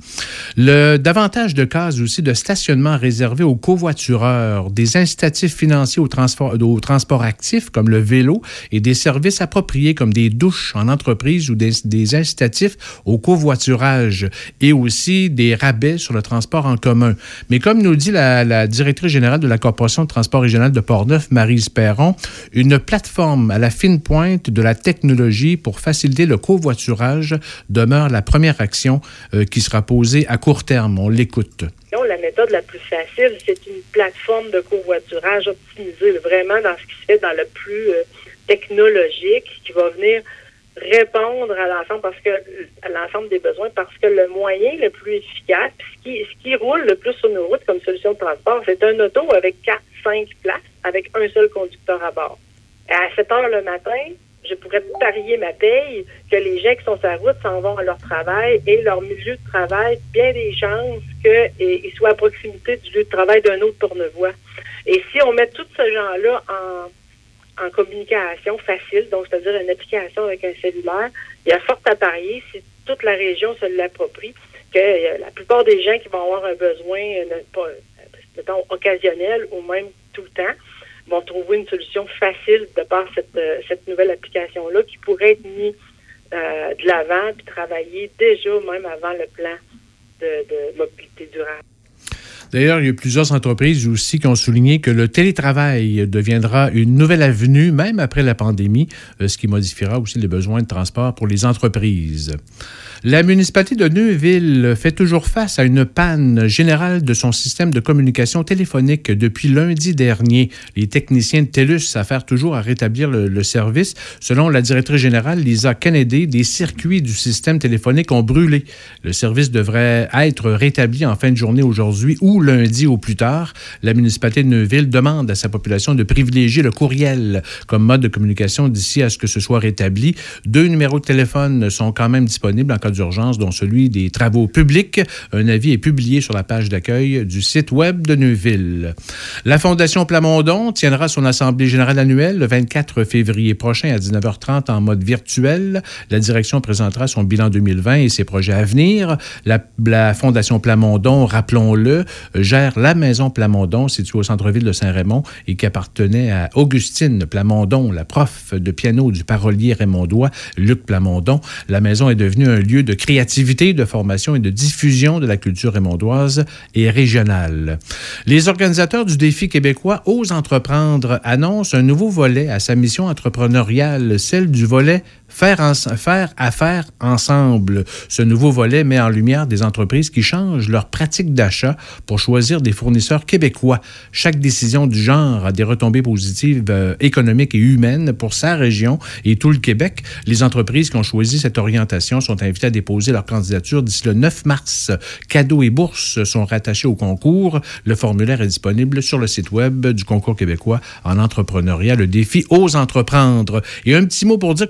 Speaker 4: Le davantage de cases aussi de stationnement réservé aux covoitureurs, des incitatifs financiers au transport, au transport actif comme le vélo et des services appropriés comme des douches en entreprise ou des, des incitatifs au covoiturage et aussi des rabais sur le transport en commun. Mais comme nous dit la, la directrice générale de la Corporation de transport régional de Portneuf, Maryse Perron, une plateforme à la fine pointe de la technologie pour faciliter le covoiturage demeure la première action euh, qui sera posée à court terme. On l'écoute.
Speaker 13: La méthode la plus facile, c'est une plateforme de covoiturage optimisée, vraiment dans ce qui se fait dans le plus euh, technologique, qui va venir répondre à l'ensemble parce que à l'ensemble des besoins parce que le moyen le plus efficace, ce qui, ce qui roule le plus sur nos routes comme solution de transport, c'est un auto avec quatre cinq places avec un seul conducteur à bord. Et à sept heures le matin, je pourrais parier ma paye que les gens qui sont sur la route s'en vont à leur travail et leur milieu de travail, bien des chances qu'ils soient à proximité du lieu de travail d'un autre tournevoie. Et si on met tous ces gens-là en en communication facile, donc c'est-à-dire une application avec un cellulaire, il y a fort à parier, si toute la région se l'approprie, que euh, la plupart des gens qui vont avoir un besoin, euh, pas, mettons, occasionnel ou même tout le temps, vont trouver une solution facile de par cette, euh, cette nouvelle application-là qui pourrait être mise euh, de l'avant puis travailler déjà même avant le plan de, de mobilité durable.
Speaker 4: D'ailleurs, il y a plusieurs entreprises aussi qui ont souligné que le télétravail deviendra une nouvelle avenue, même après la pandémie, ce qui modifiera aussi les besoins de transport pour les entreprises. La municipalité de Neuville fait toujours face à une panne générale de son système de communication téléphonique depuis lundi dernier. Les techniciens de TELUS s'affairent toujours à rétablir le, le service. Selon la directrice générale Lisa Kennedy, des circuits du système téléphonique ont brûlé. Le service devrait être rétabli en fin de journée aujourd'hui ou lundi au plus tard. La municipalité de Neuville demande à sa population de privilégier le courriel comme mode de communication d'ici à ce que ce soit rétabli. Deux numéros de téléphone sont quand même disponibles en cas d'urgence, dont celui des travaux publics. Un avis est publié sur la page d'accueil du site web de Neuville. La Fondation Plamondon tiendra son assemblée générale annuelle le vingt-quatre février prochain à dix-neuf heures trente en mode virtuel. La direction présentera son bilan deux mille vingt et ses projets à venir. La, la Fondation Plamondon, rappelons-le, gère la maison Plamondon, située au centre-ville de Saint-Raymond et qui appartenait à Augustine Plamondon, la prof de piano du parolier raymondois Luc Plamondon. La maison est devenue un lieu de créativité, de formation et de diffusion de la culture raymondoise et régionale. Les organisateurs du défi québécois Ose entreprendre annoncent un nouveau volet à sa mission entrepreneuriale, celle du volet Faire, en, faire affaire ensemble. Ce nouveau volet met en lumière des entreprises qui changent leurs pratiques d'achat pour choisir des fournisseurs québécois. Chaque décision du genre a des retombées positives euh, économiques et humaines pour sa région et tout le Québec. Les entreprises qui ont choisi cette orientation sont invitées à déposer leur candidature d'ici le neuf mars. Cadeaux et bourses sont rattachés au concours. Le formulaire est disponible sur le site web du Concours québécois en entrepreneuriat. Le défi Ose entreprendre. Et un petit mot pour dire que la vente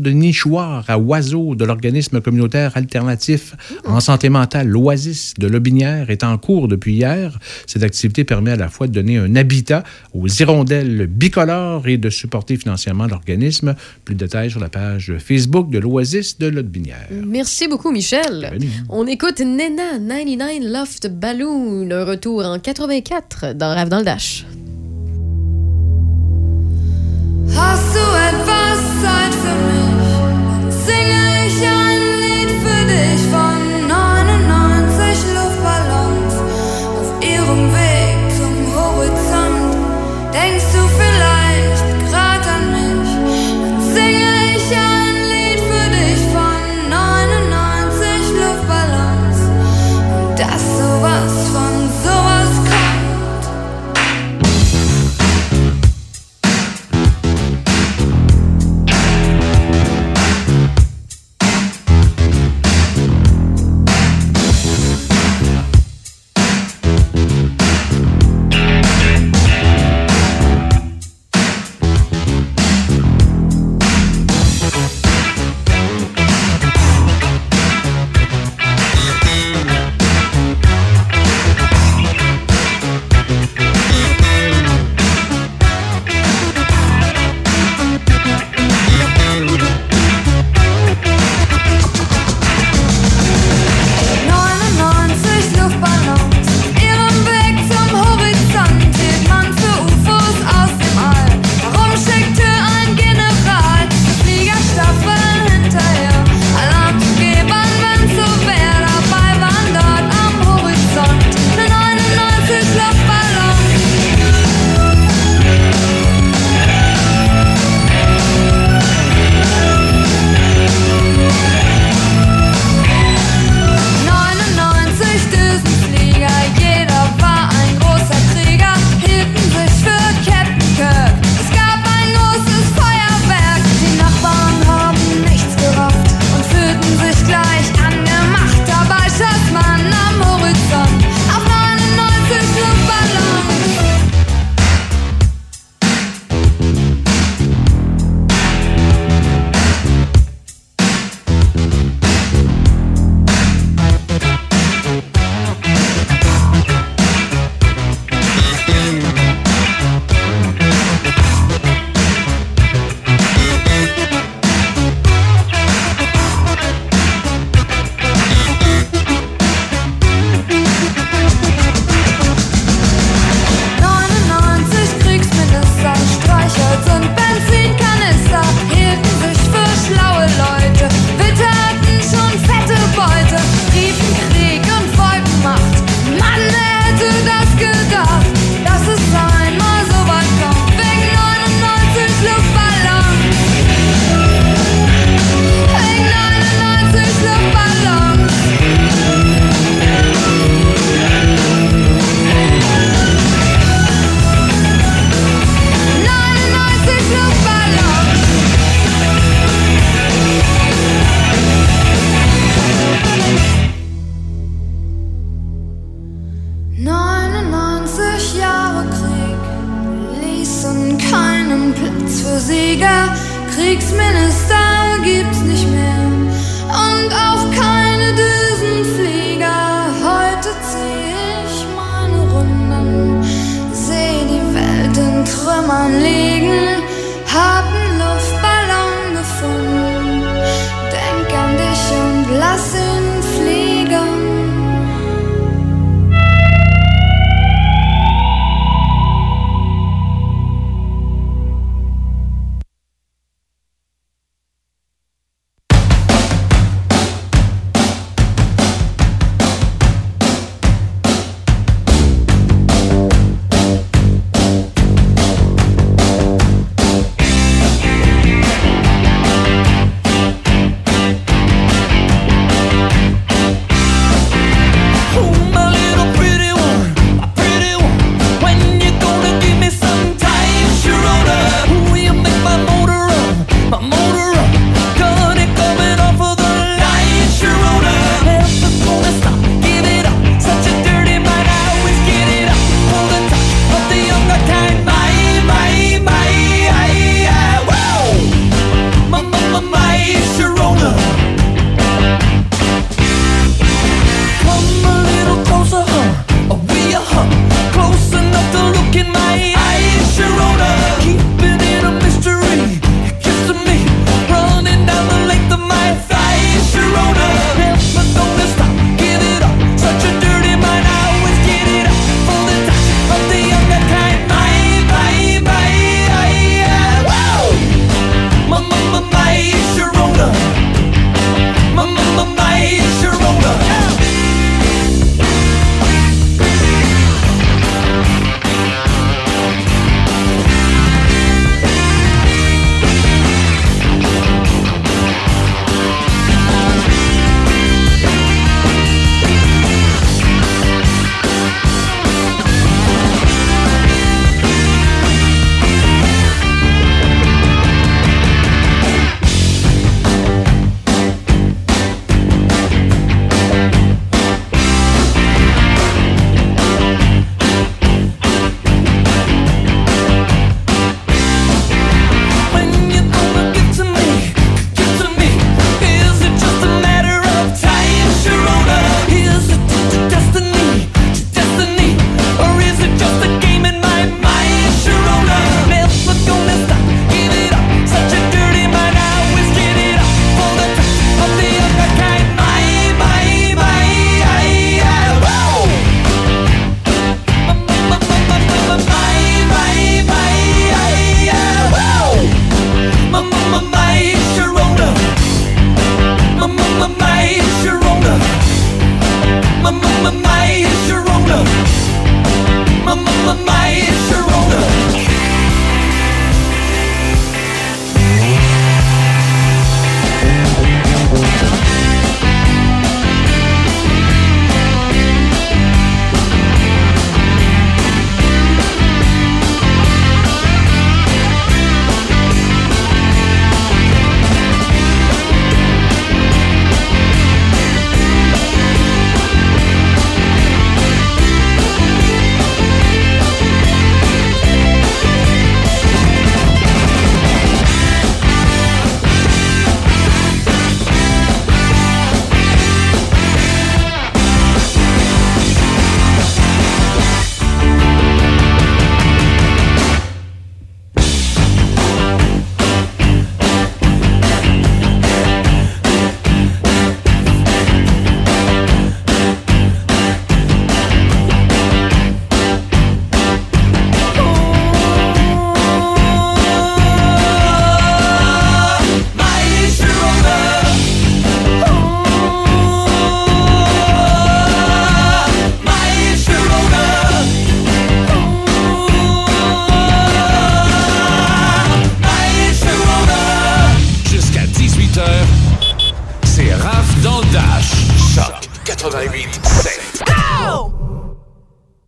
Speaker 4: de nichoirs à oiseaux de l'organisme communautaire alternatif en santé mentale, l'Oasis de Lotbinière, est en cours depuis hier. Cette activité permet à la fois de donner un habitat aux hirondelles bicolores et de supporter financièrement l'organisme. Plus de détails sur la page Facebook de l'Oasis de Lotbinière.
Speaker 5: Merci beaucoup, Michel.
Speaker 4: Bienvenue.
Speaker 5: On écoute Nena quatre-vingt-dix-neuf Loft Balloon, un retour en quatre-vingt-quatre dans Rave dans le Dash.
Speaker 14: Hast du etwas Zeit für mich? Singe ich ein Lied für dich von neunundneunzig Luftballons auf ihrem Weg zum Horizont. Denkst du vielleicht grad an mich? Dann singe ich ein Lied für dich von neunundneunzig Luftballons und dass sowas von sowas kommt. Kriegsminister gibt's nicht mehr und auch keine Düsenflieger. Heute zieh ich meine Runden, seh die Welt in Trümmern liegen, hab einen Luftballon gefunden, denk an dich und lass ihn fliegen.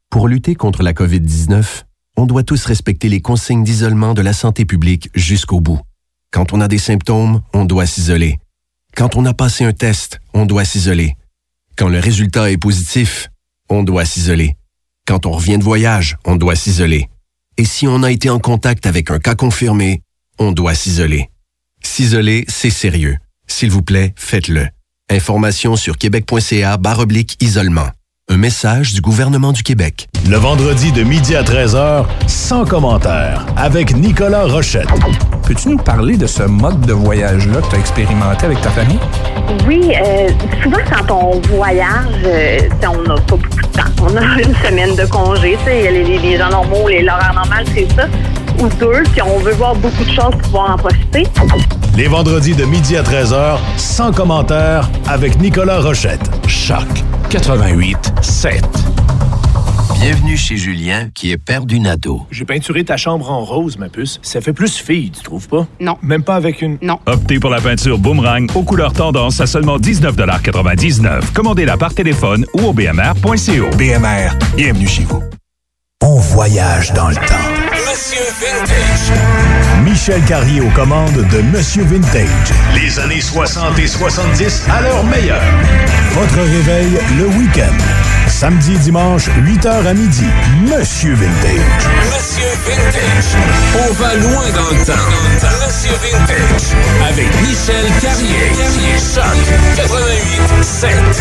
Speaker 15: Pour lutter contre la covid dix-neuf, on doit tous respecter les consignes d'isolement de la santé publique jusqu'au bout. Quand on a des symptômes, on doit s'isoler. Quand on a passé un test, on doit s'isoler. Quand le résultat est positif, on doit s'isoler. Quand on revient de voyage, on doit s'isoler. Et si on a été en contact avec un cas confirmé, on doit s'isoler. S'isoler, c'est sérieux. S'il vous plaît, faites-le. Information sur québec.ca barre oblique isolement. Un message du gouvernement du Québec.
Speaker 7: Le vendredi de midi à treize heures, sans commentaire, avec Nicolas Rochette.
Speaker 16: Peux-tu nous parler de ce mode de voyage-là que tu as expérimenté avec ta famille?
Speaker 17: Oui, euh, souvent quand on voyage, euh, on n'a pas beaucoup de temps. On a une semaine de congé, tu sais, les, les, les gens normaux, les l'horaire normal, c'est ça. Ou deux, si on veut voir beaucoup de choses pour pouvoir en profiter.
Speaker 7: Les vendredis de midi à treize heures, sans commentaire, avec Nicolas Rochette. Choc quatre-vingt-huit sept.
Speaker 18: Bienvenue chez Julien, qui est père d'une ado.
Speaker 11: J'ai peinturé ta chambre en rose, ma puce. Ça fait plus fille, tu trouves pas?
Speaker 17: Non.
Speaker 11: Même pas avec une...
Speaker 17: Non.
Speaker 19: Optez pour la peinture Boomerang aux couleurs tendance à seulement dix-neuf quatre-vingt-dix-neuf. Commandez-la par téléphone ou au b m r point c o.
Speaker 7: B M R, bienvenue chez vous. On voyage dans le temps.
Speaker 1: Monsieur Vintage.
Speaker 7: Michel Carrier aux commandes de Monsieur Vintage. Les années soixante et soixante-dix à leur meilleur. Votre réveil le week-end. Samedi et dimanche, huit heures à midi. Monsieur Vintage.
Speaker 1: Monsieur Vintage. On va loin dans le temps. Monsieur Vintage. Avec Michel Carrier. Choc quatre-vingt-huit sept.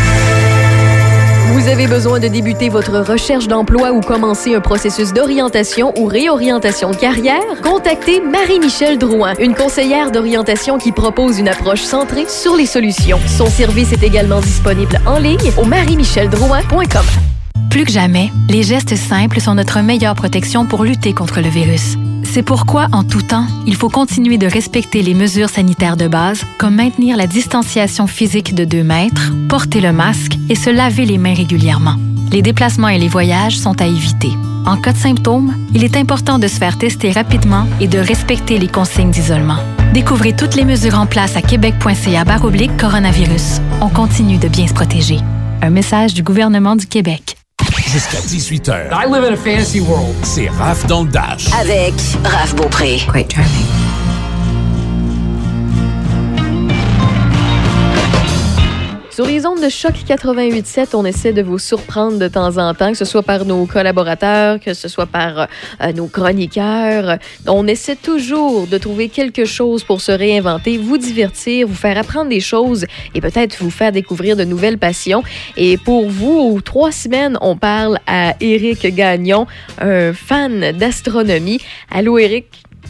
Speaker 5: Vous avez besoin de débuter votre recherche d'emploi ou commencer un processus d'orientation ou réorientation de carrière? Contactez Marie-Michel Drouin, une conseillère d'orientation qui propose une approche centrée sur les solutions. Son service est également disponible en ligne au marie michel drouin point com.
Speaker 20: Plus que jamais, les gestes simples sont notre meilleure protection pour lutter contre le virus. C'est pourquoi, en tout temps, il faut continuer de respecter les mesures sanitaires de base, comme maintenir la distanciation physique de deux mètres, porter le masque et se laver les mains régulièrement. Les déplacements et les voyages sont à éviter. En cas de symptômes, il est important de se faire tester rapidement et de respecter les consignes d'isolement. Découvrez toutes les mesures en place à québec.ca barre oblique coronavirus. On continue de bien se protéger. Un message du gouvernement du Québec.
Speaker 1: Jusqu'à dix-huit heures. I live in a fantasy world. C'est Raph dans le Dash.
Speaker 12: Avec Raph Beaupré.
Speaker 8: Quite charming.
Speaker 5: Sur les ondes de Choc quatre-vingt-huit sept, on essaie de vous surprendre de temps en temps, que ce soit par nos collaborateurs, que ce soit par euh, nos chroniqueurs. On essaie toujours de trouver quelque chose pour se réinventer, vous divertir, vous faire apprendre des choses et peut-être vous faire découvrir de nouvelles passions. Et pour vous, aux trois semaines, on parle à Éric Gagnon, un fan d'astronomie. Allô, Éric?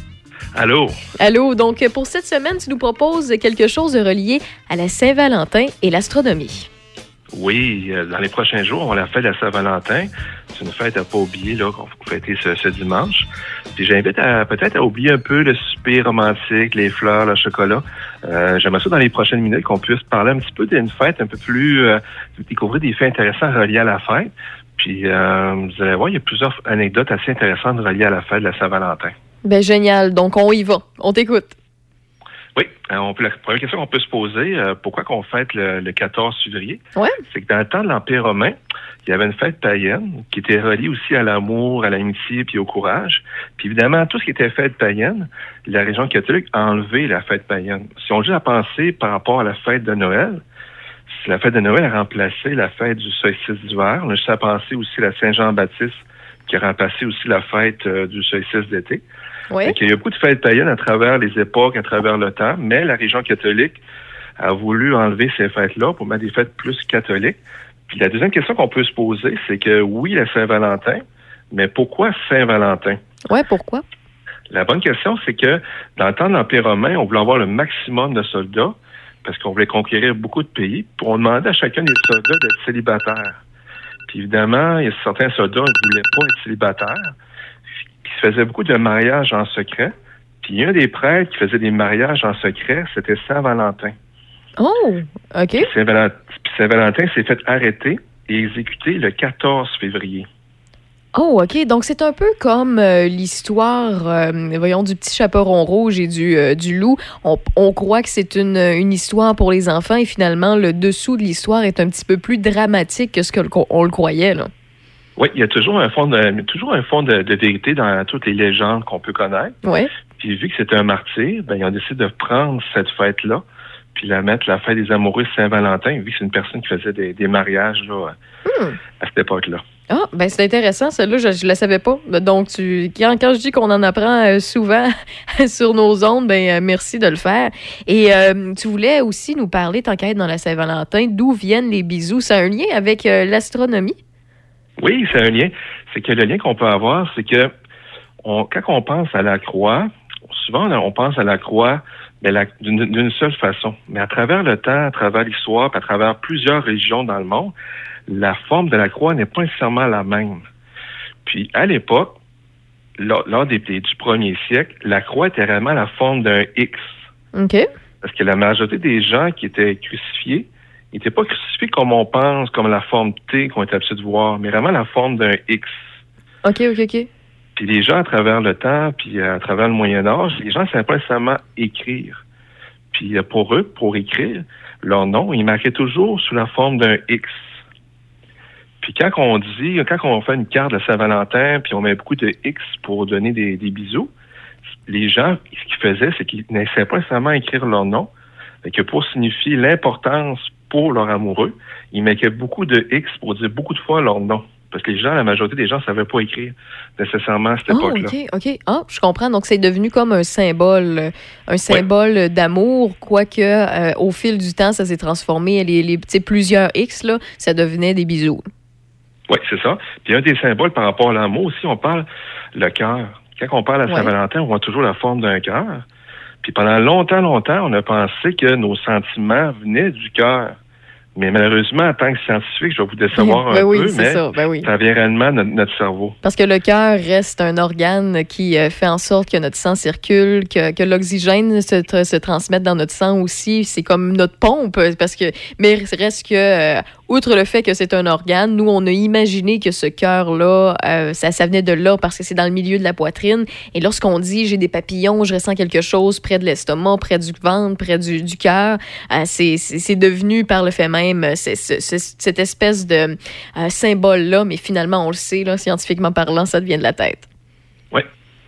Speaker 21: Allô?
Speaker 5: Allô, donc pour cette semaine, tu nous proposes quelque chose de relié à la Saint-Valentin et l'astronomie.
Speaker 21: Oui, dans les prochains jours, on va la fête de la Saint-Valentin. C'est une fête à pas oublier, là, qu'on va fêter ce, ce dimanche. Puis j'invite à peut-être à oublier un peu le souper romantique, les fleurs, le chocolat. Euh, j'aimerais ça dans les prochaines minutes qu'on puisse parler un petit peu d'une fête un peu plus... Euh, découvrir des faits intéressants reliés à la fête. Puis euh, vous allez voir, il y a plusieurs anecdotes assez intéressantes reliées à la fête de la Saint-Valentin.
Speaker 5: Ben génial, donc on y va, on t'écoute.
Speaker 21: Oui, on peut, la première question qu'on peut se poser, euh, pourquoi qu'on fête le, le quatorze février?
Speaker 5: Ouais.
Speaker 21: C'est que dans le temps de l'Empire romain, il y avait une fête païenne qui était reliée aussi à l'amour, à l'amitié puis au courage. Puis évidemment, tout ce qui était fête païenne, la religion catholique a enlevé la fête païenne. Si on juste à penser par rapport à la fête de Noël, si la fête de Noël a remplacé la fête du solstice d'hiver, on a juste à penser aussi à la Saint-Jean-Baptiste qui a remplacé aussi la fête euh, du solstice d'été.
Speaker 5: Oui.
Speaker 21: Il y a beaucoup de fêtes païennes à travers les époques, à travers le temps, mais la religion catholique a voulu enlever ces fêtes-là pour mettre des fêtes plus catholiques. Puis la deuxième question qu'on peut se poser, c'est que oui, la Saint-Valentin, mais pourquoi Saint-Valentin?
Speaker 5: Oui, pourquoi?
Speaker 21: La bonne question, c'est que dans le temps de l'Empire romain, on voulait avoir le maximum de soldats parce qu'on voulait conquérir beaucoup de pays. Puis on demandait à chacun des soldats d'être célibataires. Puis évidemment, il y a certains soldats qui ne voulaient pas être célibataires. Puis ils faisaient beaucoup de mariages en secret. Puis un des prêtres qui faisait des mariages en secret, c'était Saint-Valentin.
Speaker 5: Oh, OK.
Speaker 21: Puis Saint-Valentin, puis Saint-Valentin s'est fait arrêter et exécuter le quatorze février.
Speaker 5: Oh, OK. Donc, c'est un peu comme euh, l'histoire, euh, voyons, du petit chaperon rouge et du, euh, du loup. On, on croit que c'est une, une histoire pour les enfants et finalement, le dessous de l'histoire est un petit peu plus dramatique que ce qu'on on le croyait, là.
Speaker 21: Oui, il y a toujours un fond de, toujours un fond de, de vérité dans toutes les légendes qu'on peut connaître.
Speaker 5: Oui.
Speaker 21: Puis vu que c'était un martyr, ben, ils ont décidé de prendre cette fête-là, puis la mettre la fête des amoureux Saint-Valentin, vu que c'est une personne qui faisait des, des mariages là,
Speaker 5: Hmm.
Speaker 21: à cette époque-là.
Speaker 5: Ah, ben c'est intéressant, celle-là, je ne la savais pas. Donc, tu, quand, quand je dis qu'on en apprend euh, souvent sur nos ondes, ben euh, merci de le faire. Et euh, tu voulais aussi nous parler, tant qu'à être dans la Saint-Valentin, d'où viennent les bisous. Ça a un lien avec euh, l'astronomie?
Speaker 21: Oui, c'est un lien. C'est que le lien qu'on peut avoir, c'est que on, quand on pense à la croix, souvent on pense à la croix mais la, d'une, d'une seule façon. Mais à travers le temps, à travers l'histoire, puis à travers plusieurs régions dans le monde, la forme de la croix n'est pas nécessairement la même. Puis à l'époque, lors, lors des, des, du premier siècle, la croix était vraiment la forme d'un X.
Speaker 5: OK.
Speaker 21: Parce que la majorité des gens qui étaient crucifiés n'étaient pas crucifiés comme on pense, comme la forme T qu'on est habitué de voir, mais vraiment la forme d'un X.
Speaker 5: OK, OK, OK.
Speaker 21: Puis les gens, à travers le temps, puis à travers le Moyen-Âge, les gens ne savaient pas nécessairement écrire. Puis pour eux, pour écrire, leur nom, ils marquaient toujours sous la forme d'un X. Puis quand on dit, quand on fait une carte de Saint-Valentin, puis on met beaucoup de X pour donner des, des bisous, les gens, ce qu'ils faisaient, c'est qu'ils ne savaient pas nécessairement écrire leur nom, et que pour signifier l'importance pour leur amoureux, ils mettaient beaucoup de X pour dire beaucoup de fois leur nom. Parce que les gens, la majorité des gens ne savaient pas écrire nécessairement à cette
Speaker 5: oh,
Speaker 21: époque-là.
Speaker 5: OK, OK. Ah, je comprends. Donc, c'est devenu comme un symbole, un symbole ouais. d'amour, quoique euh, au fil du temps, ça s'est transformé. Les, les, plusieurs X, là, ça devenait des bisous.
Speaker 21: Oui, c'est ça. Puis un des symboles par rapport à l'amour aussi, on parle le cœur. Quand on parle à Saint-Valentin, on voit toujours la forme d'un cœur. Puis pendant longtemps, longtemps, on a pensé que nos sentiments venaient du cœur. Mais malheureusement, en tant que scientifique, je vais vous décevoir
Speaker 5: ben
Speaker 21: un
Speaker 5: oui,
Speaker 21: peu,
Speaker 5: c'est
Speaker 21: mais
Speaker 5: ça, ben oui.
Speaker 21: ça vient réellement de notre, notre cerveau.
Speaker 5: Parce que le cœur reste un organe qui euh, fait en sorte que notre sang circule, que, que l'oxygène se, tra- se transmette dans notre sang aussi. C'est comme notre pompe, parce que mais reste que, euh, outre le fait que c'est un organe, nous, on a imaginé que ce cœur-là, euh, ça, ça venait de là parce que c'est dans le milieu de la poitrine. Et lorsqu'on dit « j'ai des papillons, je ressens quelque chose près de l'estomac, près du ventre, près du, du cœur euh, », c'est, c'est, c'est devenu par le fait même C'est, c'est, c'est, cette espèce de euh, symbole-là, mais finalement, on le sait, là, scientifiquement parlant, ça devient de la tête.
Speaker 21: Oui.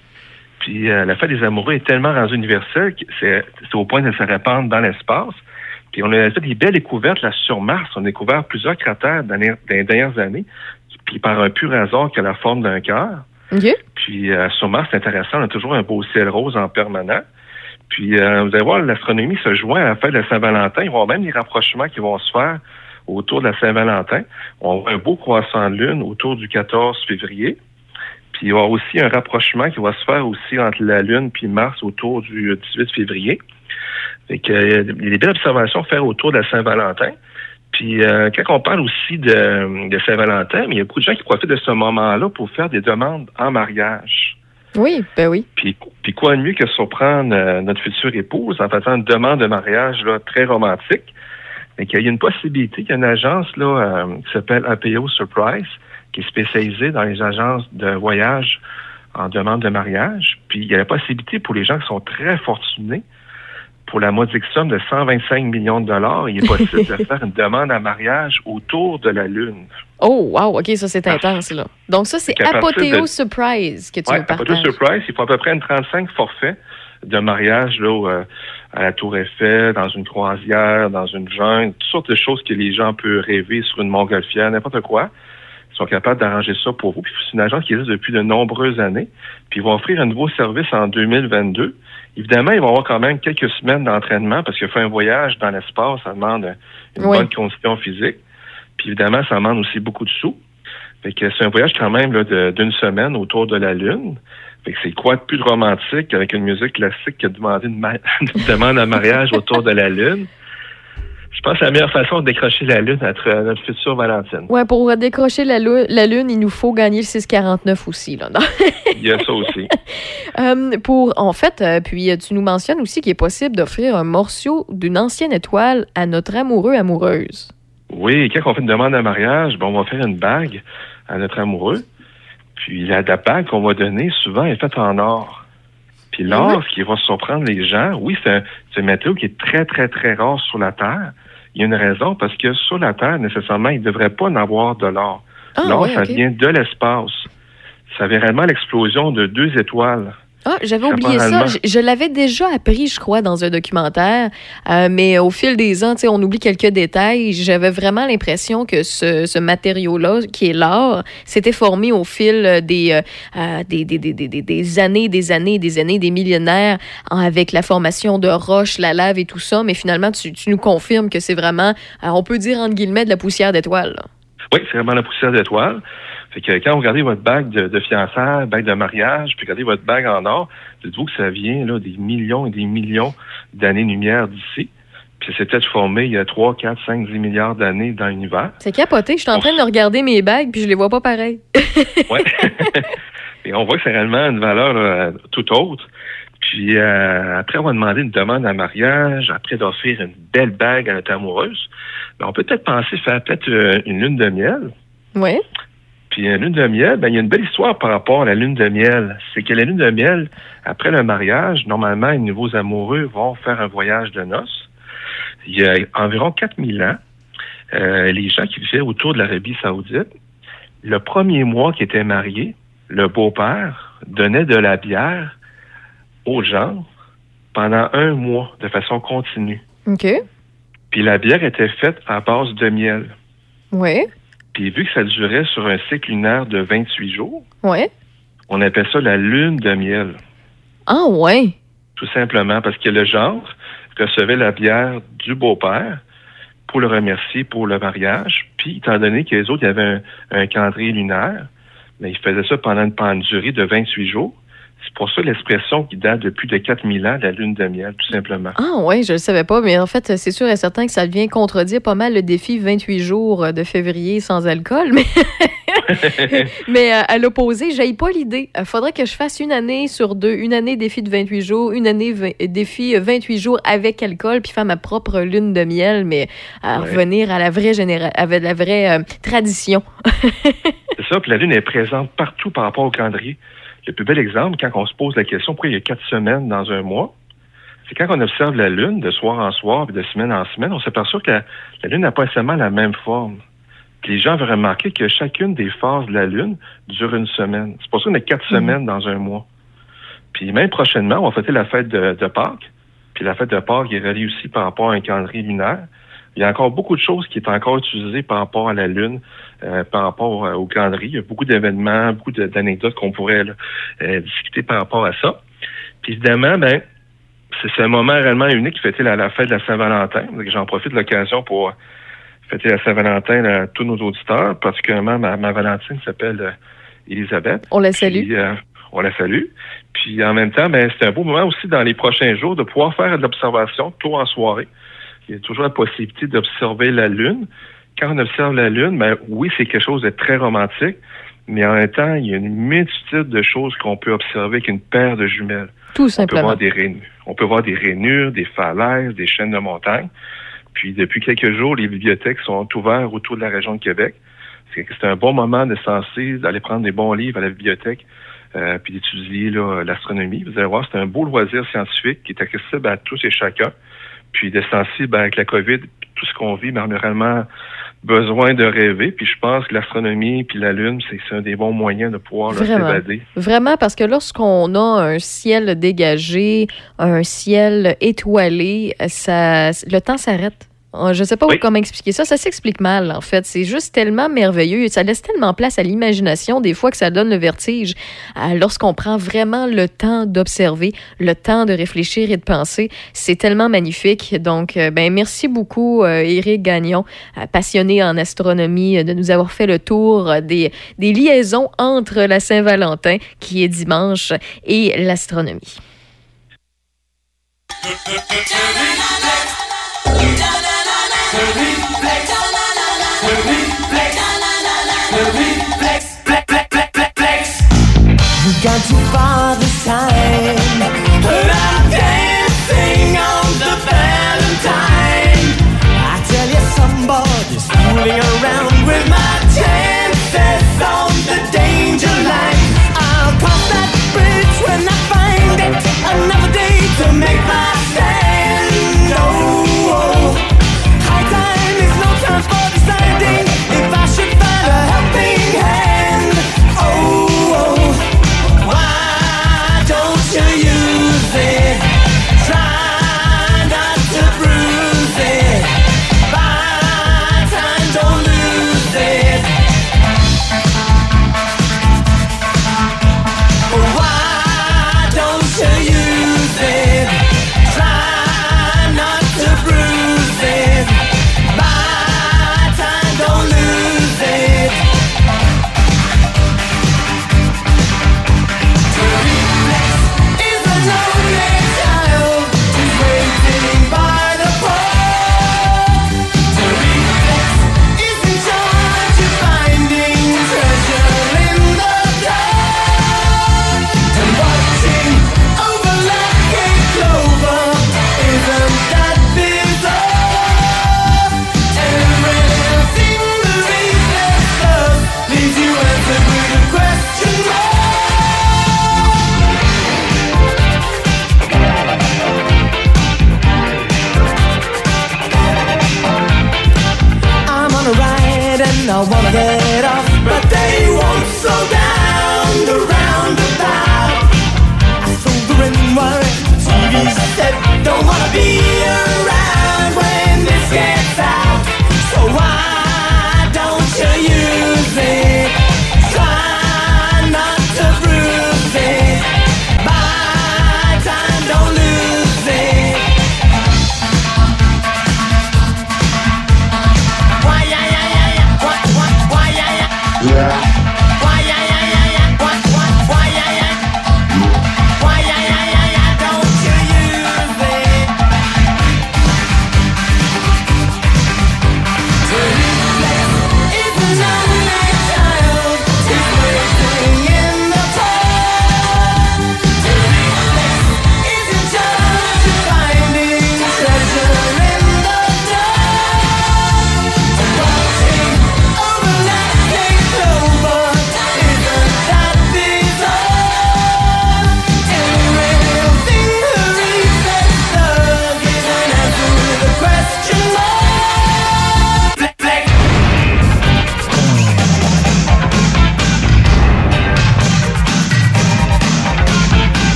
Speaker 21: Puis euh, la fête des amoureux est tellement rendue universelle que c'est, c'est au point de se répandre dans l'espace. Puis on a fait des belles découvertes là sur Mars. On a découvert plusieurs cratères dans les, dans les dernières années, puis par un pur hasard qui a la forme d'un cœur.
Speaker 5: Okay.
Speaker 21: Puis euh, sur Mars, c'est intéressant, on a toujours un beau ciel rose en permanent. Puis, euh, vous allez voir, l'astronomie se joint à la fête de la Saint-Valentin. Il va y avoir même des rapprochements qui vont se faire autour de la Saint-Valentin. On va avoir un beau croissant de lune autour du quatorze février. Puis, il va y avoir aussi un rapprochement qui va se faire aussi entre la lune puis Mars autour du dix-huit février. Fait que, euh, il y a des belles observations à faire autour de la Saint-Valentin. Puis, euh, quand on parle aussi de, de Saint-Valentin, il y a beaucoup de gens qui profitent de ce moment-là pour faire des demandes en mariage.
Speaker 5: Oui, ben oui.
Speaker 21: Puis, puis quoi de mieux que surprendre euh, notre future épouse en faisant une demande de mariage là, très romantique. Et qu'il y a une possibilité qu'il y a une agence là, euh, qui s'appelle A P O Surprise, qui est spécialisée dans les agences de voyage en demande de mariage. Puis il y a la possibilité pour les gens qui sont très fortunés, pour la modique somme de cent vingt-cinq millions de dollars, il est possible de faire une demande en mariage autour de la Lune.
Speaker 5: Oh, wow, OK, ça, c'est intense, là. Donc, ça, c'est Apothéo de... Surprise que tu
Speaker 21: ouais,
Speaker 5: nous partages.
Speaker 21: Apothéo Surprise, il faut à peu près une trente-cinq forfaits de mariage là, euh, à la Tour Eiffel, dans une croisière, dans une jungle, toutes sortes de choses que les gens peuvent rêver sur une montgolfière, n'importe quoi. Ils sont capables d'arranger ça pour vous. Puis c'est une agence qui existe depuis de nombreuses années. Puis ils vont offrir un nouveau service en deux mille vingt-deux. Évidemment, ils vont avoir quand même quelques semaines d'entraînement parce que faire un voyage dans l'espace, ça demande une oui. bonne condition physique. Puis évidemment, ça demande aussi beaucoup de sous. Fait que c'est un voyage quand même là, de, d'une semaine autour de la Lune. Fait que c'est quoi de plus romantique avec une musique classique que de demander une, ma- une demande en mariage autour de la Lune. Je pense que la meilleure façon de décrocher la Lune, notre, notre future Valentine.
Speaker 5: Oui, pour décrocher la, lu- la Lune, il nous faut gagner le six quarante-neuf aussi. Là,
Speaker 21: il y a ça aussi.
Speaker 5: euh, pour, en fait, euh, puis tu nous mentionnes aussi qu'il est possible d'offrir un morceau d'une ancienne étoile à notre amoureux, amoureuse.
Speaker 21: Oui, quand on fait une demande en mariage, bon, on va faire une bague à notre amoureux. Puis la, la bague qu'on va donner, souvent, est faite en or. Puis l'or, oui. ce qui va surprendre les gens, oui, c'est un, c'est un matériau qui est très, très, très rare sur la Terre. Il y a une raison, parce que sur la Terre, nécessairement, il ne devrait pas en avoir de l'or.
Speaker 5: Ah,
Speaker 21: L'or,
Speaker 5: ouais,
Speaker 21: ça
Speaker 5: okay.
Speaker 21: vient de l'espace. Ça vient réellement à l'explosion de deux étoiles.
Speaker 5: Ah, j'avais oublié ça. Je, je l'avais déjà appris, je crois, dans un documentaire. Euh, mais au fil des ans, tu sais, on oublie quelques détails. J'avais vraiment l'impression que ce, ce matériau-là, qui est l'or, s'était formé au fil des, euh, des, des, des, des, des années, des années, des années, des millénaires, avec la formation de roches, la lave et tout ça. Mais finalement, tu, tu nous confirmes que c'est vraiment, euh, on peut dire, entre guillemets, de la poussière d'étoiles, là.
Speaker 21: Oui, c'est vraiment la poussière d'étoiles. Fait que quand vous regardez votre bague de, de fiançailles, bague de mariage, puis regardez votre bague en or, dites-vous que ça vient là des millions et des millions d'années-lumière d'ici. Puis c'est peut-être formé il y a trois, quatre, cinq, dix milliards d'années dans l'univers.
Speaker 5: C'est capoté. Je suis en train de regarder mes bagues, puis je les vois pas pareil.
Speaker 21: Oui. Et on voit que c'est réellement une valeur là, tout autre. Puis euh, après avoir demandé une demande en mariage, après d'offrir une belle bague à notre amoureuse, ben, on peut peut-être penser faire peut-être euh, une lune de miel.
Speaker 5: Oui.
Speaker 21: Puis une lune de miel, ben il y a une belle histoire par rapport à la lune de miel. C'est que la lune de miel, après le mariage, normalement, les nouveaux amoureux vont faire un voyage de noces. Il y a environ quatre mille ans, euh, les gens qui vivaient autour de l'Arabie Saoudite, le premier mois qu'ils étaient mariés, le beau-père donnait de la bière aux gens pendant un mois de façon continue.
Speaker 5: OK.
Speaker 21: Puis la bière était faite à base de miel.
Speaker 5: Oui.
Speaker 21: Puis vu que ça durait sur un cycle lunaire de vingt-huit jours,
Speaker 5: ouais.
Speaker 21: on appelle ça la lune de miel.
Speaker 5: Ah ouais.
Speaker 21: Tout simplement parce que le genre recevait la bière du beau-père pour le remercier pour le mariage. Puis étant donné que les autres, il y avait un, un calendrier lunaire, mais ils faisaient ça pendant une, pendant une durée de vingt-huit jours. C'est pour ça l'expression qui date de plus de quatre mille ans, la lune de miel, tout simplement.
Speaker 5: Ah oui, je le savais pas, mais en fait, c'est sûr et certain que ça vient contredire pas mal le défi vingt-huit jours de février sans alcool, mais, mais euh, à l'opposé, j'aille pas l'idée. Il faudrait que je fasse une année sur deux, une année défi de vingt-huit jours, une année vingt, défi vingt-huit jours avec alcool, puis faire ma propre lune de miel, mais à ouais. revenir à la vraie généra- avec la vraie euh, tradition.
Speaker 21: C'est ça, puis la lune est présente partout par rapport au calendrier. Le plus bel exemple, quand on se pose la question pourquoi il y a quatre semaines dans un mois, c'est quand on observe la Lune de soir en soir et de semaine en semaine, on s'aperçoit que la, la Lune n'a pas nécessairement la même forme. Puis les gens avaient remarqué que chacune des phases de la Lune dure une semaine. C'est pour ça qu'on a quatre mmh. semaines dans un mois. Puis même prochainement, on va fêter la fête de, de Pâques. Puis la fête de Pâques est reliée aussi par rapport à un calendrier lunaire. Il y a encore beaucoup de choses qui sont encore utilisées par rapport à la Lune, euh, par rapport euh, au calendrier. Il y a beaucoup d'événements, beaucoup de, d'anecdotes qu'on pourrait là, euh, discuter par rapport à ça. Puis évidemment, ben, c'est, c'est un moment réellement unique, fêter la, la fête de la Saint-Valentin. Donc, j'en profite de l'occasion pour fêter la Saint-Valentin là, à tous nos auditeurs, particulièrement ma, ma Valentine s'appelle euh, Elisabeth.
Speaker 5: On la salue.
Speaker 21: Puis, euh, on la salue. Puis en même temps, ben, c'est un beau moment aussi dans les prochains jours de pouvoir faire de l'observation tôt en soirée. Il y a toujours la possibilité d'observer la Lune. Quand on observe la Lune, ben oui, c'est quelque chose de très romantique, mais en même temps, il y a une multitude de choses qu'on peut observer avec une paire de jumelles.
Speaker 5: Tout simplement.
Speaker 21: On peut voir des rainures, on peut voir des rainures, des falaises, des chaînes de montagnes. Puis depuis quelques jours, les bibliothèques sont ouvertes autour de la région de Québec. C'est, c'est un bon moment de sentir, d'aller prendre des bons livres à la bibliothèque, euh, puis d'étudier là, l'astronomie. Vous allez voir, c'est un beau loisir scientifique qui est accessible à tous et chacun. Puis de sensible ben, avec la COVID, tout ce qu'on vit, ben, on a réellement besoin de rêver. Puis je pense que l'astronomie puis la Lune, c'est, c'est un des bons moyens de pouvoir là, s'évader.
Speaker 5: Vraiment, parce que lorsqu'on a un ciel dégagé, un ciel étoilé, ça, le temps s'arrête. Je ne sais pas oui. comment expliquer ça. Ça s'explique mal, en fait. C'est juste tellement merveilleux. Ça laisse tellement place à l'imagination, des fois, que ça donne le vertige. Lorsqu'on prend vraiment le temps d'observer, le temps de réfléchir et de penser, c'est tellement magnifique. Donc, ben merci beaucoup, Éric Gagnon, passionné en astronomie, de nous avoir fait le tour des, des liaisons entre la Saint-Valentin, qui est dimanche, et l'astronomie.
Speaker 2: The reflex, the reflex, the reflex, flex, flex, flex, flex, flex. We've gone too far this time. I'm dancing on the Valentine. I tell you, somebody's fooling around with my chances on the danger line. I'll cross that bridge when I find it. Another day to make my stand. Oh. For deciding if I should find a helping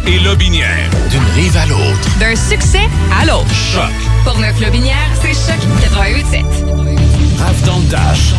Speaker 1: et Lotbinière. D'une rive à l'autre.
Speaker 8: D'un succès à l'autre.
Speaker 1: Choc.
Speaker 8: Portneuf-Lotbinière, c'est Choc quatre-vingt-huit sept.
Speaker 1: Rave dans le Dash.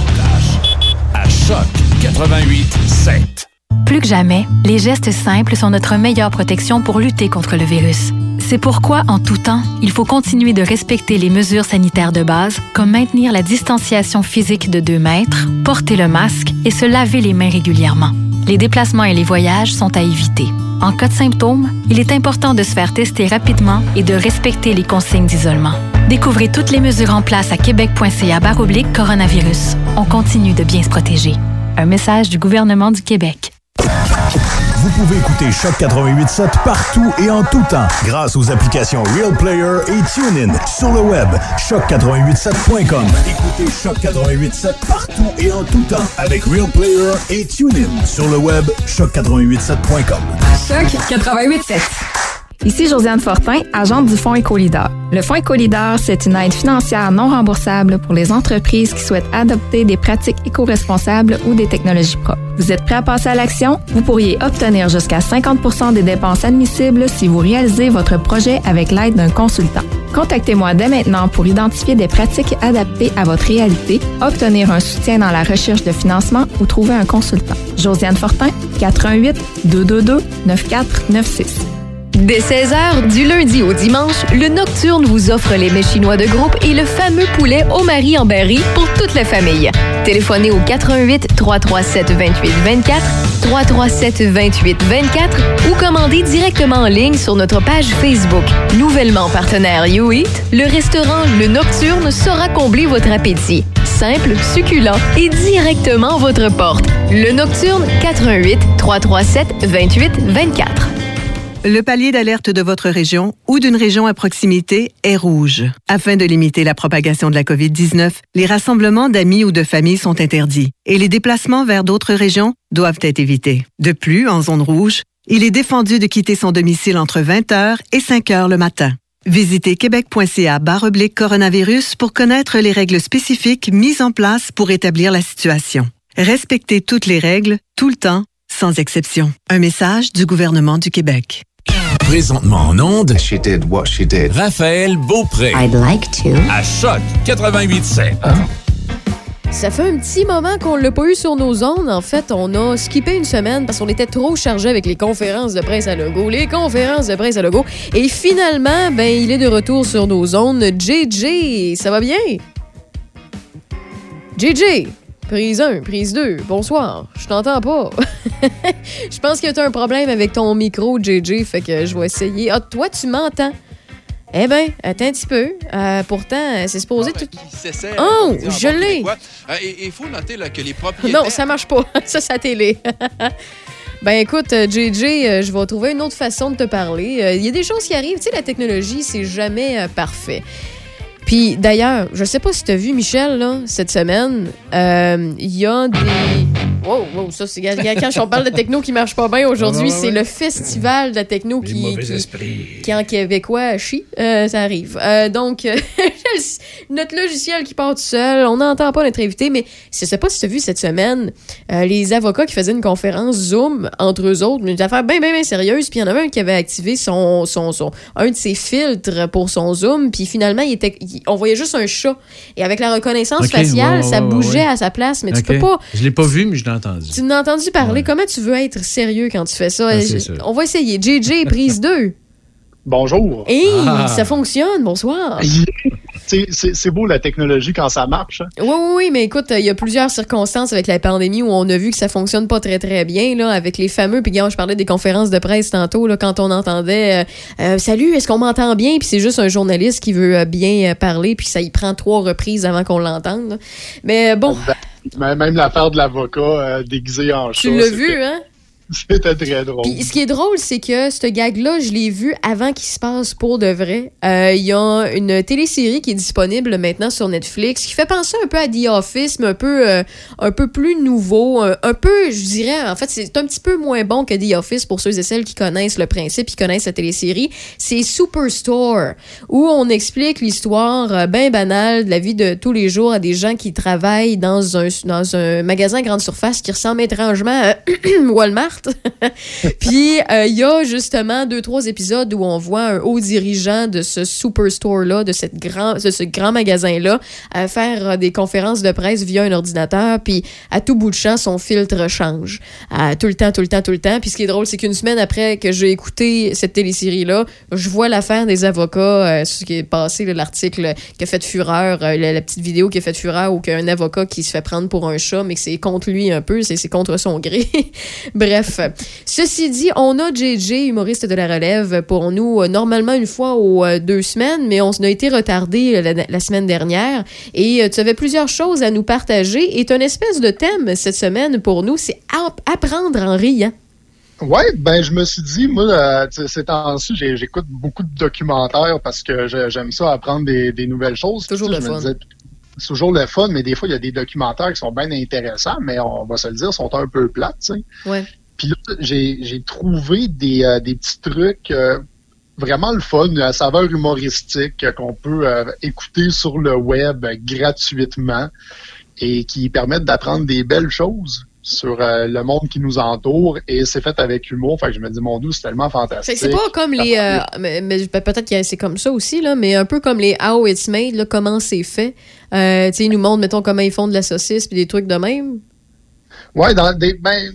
Speaker 1: À Choc quatre-vingt-huit sept.
Speaker 20: Plus que jamais, les gestes simples sont notre meilleure protection pour lutter contre le virus. C'est pourquoi, en tout temps, il faut continuer de respecter les mesures sanitaires de base, comme maintenir la distanciation physique de deux mètres, porter le masque et se laver les mains régulièrement. Les déplacements et les voyages sont à éviter. En cas de symptômes, il est important de se faire tester rapidement et de respecter les consignes d'isolement. Découvrez toutes les mesures en place à québec.ca barre oblique coronavirus. On continue de bien se protéger. Un message du gouvernement du Québec.
Speaker 7: Vous pouvez écouter Choc quatre-vingt-huit sept partout et en tout temps grâce aux applications Real Player et TuneIn. Sur le web, choc quatre-vingt-huit sept point com. Écoutez Choc quatre-vingt-huit sept partout et en tout temps avec Real Player et TuneIn. Sur le web, choc quatre-vingt-huit sept point com.
Speaker 8: Choc quatre-vingt-huit sept. Ici Josiane Fortin, agente du Fonds Écolidar. Le Fonds Écolidar, c'est une aide financière non remboursable pour les entreprises qui souhaitent adopter des pratiques éco-responsables ou des technologies propres. Vous êtes prêt à passer à l'action? Vous pourriez obtenir jusqu'à cinquante pour cent des dépenses admissibles si vous réalisez votre projet avec l'aide d'un consultant. Contactez-moi dès maintenant pour identifier des pratiques adaptées à votre réalité, obtenir un soutien dans la recherche de financement ou trouver un consultant. Josiane Fortin, quatre un huit, deux deux deux, neuf quatre neuf six.
Speaker 6: Dès seize heures, du lundi au dimanche, le Nocturne vous offre les mets chinois de groupe et le fameux poulet au mari en berry pour toute la famille. Téléphonez au quatre un huit, trois trois sept, deux huit deux quatre, trois trois sept, deux huit deux quatre ou commandez directement en ligne sur notre page Facebook. Nouvellement partenaire YouEat, le restaurant Le Nocturne saura combler votre appétit. Simple, succulent et directement à votre porte. Le Nocturne, quatre un huit, trois trois sept, deux huit deux quatre.
Speaker 3: Le palier d'alerte de votre région ou d'une région à proximité est rouge. Afin de limiter la propagation de la covid dix-neuf, les rassemblements d'amis ou de familles sont interdits et les déplacements vers d'autres régions doivent être évités. De plus, en zone rouge, il est défendu de quitter son domicile entre vingt heures et cinq heures le matin. Visitez québec.ca barre oblique coronavirus pour connaître les règles spécifiques mises en place pour établir la situation. Respectez toutes les règles, tout le temps, sans exception. Un message du gouvernement du Québec.
Speaker 1: Présentement en onde, she did what she did. Raphaël Beaupré.
Speaker 12: I'd like to.
Speaker 1: À Choc quatre-vingt-huit sept.
Speaker 5: Hein? Ça fait un petit moment qu'on l'a pas eu sur nos ondes. En fait, on a skippé une semaine parce qu'on était trop chargé avec les conférences de presse à Legault. Les conférences de presse à Legault. Et finalement, ben, il est de retour sur nos ondes. J J, ça va bien? J J, prise un, prise deux, bonsoir. Je t'entends pas. Je pense que t'as un problème avec ton micro, J J, fait que je vais essayer. Ah, toi, tu m'entends? Eh bien, attends un petit peu. Euh, pourtant, c'est supposé... tout... Oh, je l'ai!
Speaker 22: Il faut noter là, que les propriétaires...
Speaker 5: Non, ça marche pas. Ça, c'est la télé. Ben écoute, J J, je vais trouver une autre façon de te parler. Il y a des choses qui arrivent. Tu sais, la technologie, c'est jamais euh, parfait. Puis d'ailleurs, je sais pas si t'as vu Michel, là, cette semaine, il euh, y a des... Wow, wow, ça, c'est quand on parle de techno qui marche pas bien aujourd'hui, ouais, ouais, ouais. C'est le festival de la techno qui, qui, qui en québécois chie, euh, ça arrive. Euh, donc, euh, notre logiciel qui part tout seul, on n'entend pas notre invité, mais je sais pas si tu as vu cette semaine, euh, les avocats qui faisaient une conférence Zoom entre eux autres, une affaire bien, bien, bien sérieuse, puis il y en avait un qui avait activé son, son, son, un de ses filtres pour son Zoom, puis finalement, il était, il, on voyait juste un chat. Et avec la reconnaissance okay, faciale, ouais, ouais, ça bougeait ouais. à sa place, mais okay. tu peux pas...
Speaker 4: Je l'ai pas vu, mais je l'ai entendu.
Speaker 5: Tu l'as entendu parler. Ouais. Comment tu veux être sérieux quand tu fais ça? Ah, on va essayer. J J, prise deux.
Speaker 23: Bonjour.
Speaker 5: Hey, ah. Ça fonctionne. Bonsoir.
Speaker 23: C'est, c'est beau la technologie quand ça marche. Hein?
Speaker 5: Oui, oui, oui, mais écoute, il y a plusieurs circonstances avec la pandémie où on a vu que ça fonctionne pas très, très bien, là, avec les fameux, puis je parlais des conférences de presse tantôt, là, quand on entendait euh, euh, « Salut, est-ce qu'on m'entend bien? » Puis c'est juste un journaliste qui veut euh, bien parler, puis ça y prend trois reprises avant qu'on l'entende. Là. Mais bon...
Speaker 23: Même l'affaire de l'avocat euh, déguisé en chat.
Speaker 5: Tu l'as vu, hein?
Speaker 23: C'était très drôle.
Speaker 5: Puis, ce qui est drôle, c'est que ce gag-là, je l'ai vu avant qu'il se passe pour de vrai. Il euh, y a une télésérie qui est disponible maintenant sur Netflix qui fait penser un peu à The Office, mais un peu, euh, un peu plus nouveau. Un, un peu, je dirais, en fait, c'est un petit peu moins bon que The Office pour ceux et celles qui connaissent le principe, qui connaissent la télésérie. C'est Superstore, où on explique l'histoire euh, bien banale de la vie de tous les jours à des gens qui travaillent dans un, dans un magasin grande surface qui ressemble étrangement à Walmart. sorte. Puis, euh, il y a justement deux, trois épisodes où on voit un haut dirigeant de ce superstore-là, de, cette grand, de ce grand magasin-là, euh, faire euh, des conférences de presse via un ordinateur. Puis, à tout bout de champ, son filtre change. Euh, tout le temps, tout le temps, tout le temps. Puis, ce qui est drôle, c'est qu'une semaine après que j'ai écouté cette télésérie-là, je vois l'affaire des avocats, euh, ce qui est passé, là, l'article qui a fait fureur, euh, la, la petite vidéo qui a fait fureur, où qu'un avocat qui se fait prendre pour un chat, mais que c'est contre lui un peu, c'est, c'est contre son gré. Bref. Ceci dit, on a J J, humoriste de la relève, pour nous, euh, normalement une fois aux euh, deux semaines, mais on a été retardé euh, la, la semaine dernière. Et euh, tu avais plusieurs choses à nous partager. Et un espèce de thème cette semaine pour nous, c'est app- apprendre en riant.
Speaker 23: Ouais, ben je me suis dit, moi, euh, ces temps-ci, j'ai, j'écoute beaucoup de documentaires parce que je, j'aime ça apprendre des, des nouvelles choses.
Speaker 5: Toujours le fun.
Speaker 23: Disais, c'est toujours le fun, mais des fois, il y a des documentaires qui sont bien intéressants, mais on va se le dire, sont un peu plates, tu sais.
Speaker 5: Ouais.
Speaker 23: Puis là, j'ai, j'ai trouvé des, euh, des petits trucs euh, vraiment le fun, à saveur humoristique, euh, qu'on peut euh, écouter sur le web euh, gratuitement et qui permettent d'apprendre des belles choses sur euh, le monde qui nous entoure, et c'est fait avec humour. Fait que je me dis, mon Dieu, c'est tellement fantastique.
Speaker 5: C'est, c'est pas comme les... Euh, mais, mais peut-être que c'est comme ça aussi, là, mais un peu comme les How It's Made, là, comment c'est fait. Euh, tu sais, ils nous montrent, mettons, comment ils font de la saucisse puis des trucs de même.
Speaker 23: Ouais, dans des... Ben,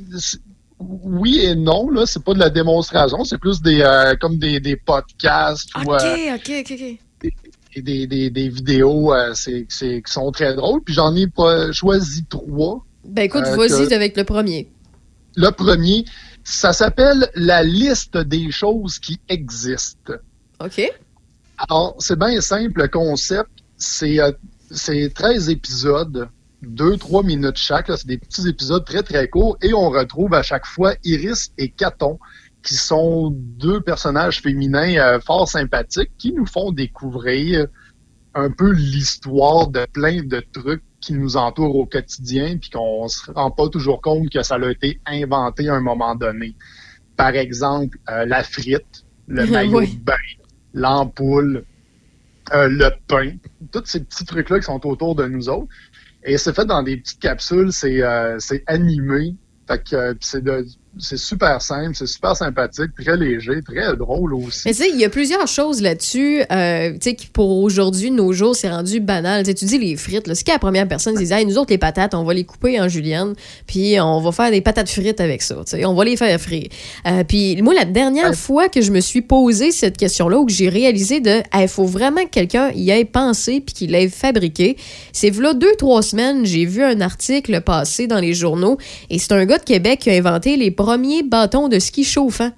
Speaker 23: oui et non, là, c'est pas de la démonstration, c'est plus des euh, comme des, des podcasts.
Speaker 5: OK,
Speaker 23: ou, euh,
Speaker 5: OK, OK, OK.
Speaker 23: Des, des, des, des vidéos euh, c'est, c'est, qui sont très drôles. Puis j'en ai pas choisi trois.
Speaker 5: Ben écoute,
Speaker 23: euh,
Speaker 5: vas-y
Speaker 23: que...
Speaker 5: avec le premier.
Speaker 23: Le premier, ça s'appelle la liste des choses qui existent.
Speaker 5: OK.
Speaker 23: Alors, c'est bien simple, le concept. C'est, euh, c'est treize épisodes, deux trois minutes chaque. Là, c'est des petits épisodes très, très courts. Et on retrouve à chaque fois Iris et Caton, qui sont deux personnages féminins euh, fort sympathiques, qui nous font découvrir un peu l'histoire de plein de trucs qui nous entourent au quotidien, puis qu'on se rend pas toujours compte que ça a été inventé à un moment donné. Par exemple, euh, la frite, le maillot oui. de bain, l'ampoule, euh, le pain, tous ces petits trucs-là qui sont autour de nous autres. Et c'est fait dans des petites capsules, c'est, euh, c'est animé, fait que euh, c'est de... C'est super simple, c'est super sympathique, très léger, très drôle aussi.
Speaker 5: Mais tu sais, il y a plusieurs choses là-dessus, euh, tu sais, qui pour aujourd'hui, nos jours, c'est rendu banal. T'sais, tu dis les frites, là, c'est qu'à la première personne, ils disent, hey, nous autres, les patates, on va les couper en julienne, puis on va faire des patates frites avec ça, tu sais, on va les faire frire. Euh, puis moi, la dernière ouais. fois que je me suis posé cette question-là, où que j'ai réalisé de, il hey, faut vraiment que quelqu'un y ait pensé puis qu'il l'ait fabriqué, c'est là deux, trois semaines, j'ai vu un article passer dans les journaux, et c'est un gars de Québec qui a inventé les premier bâton de ski chauffant.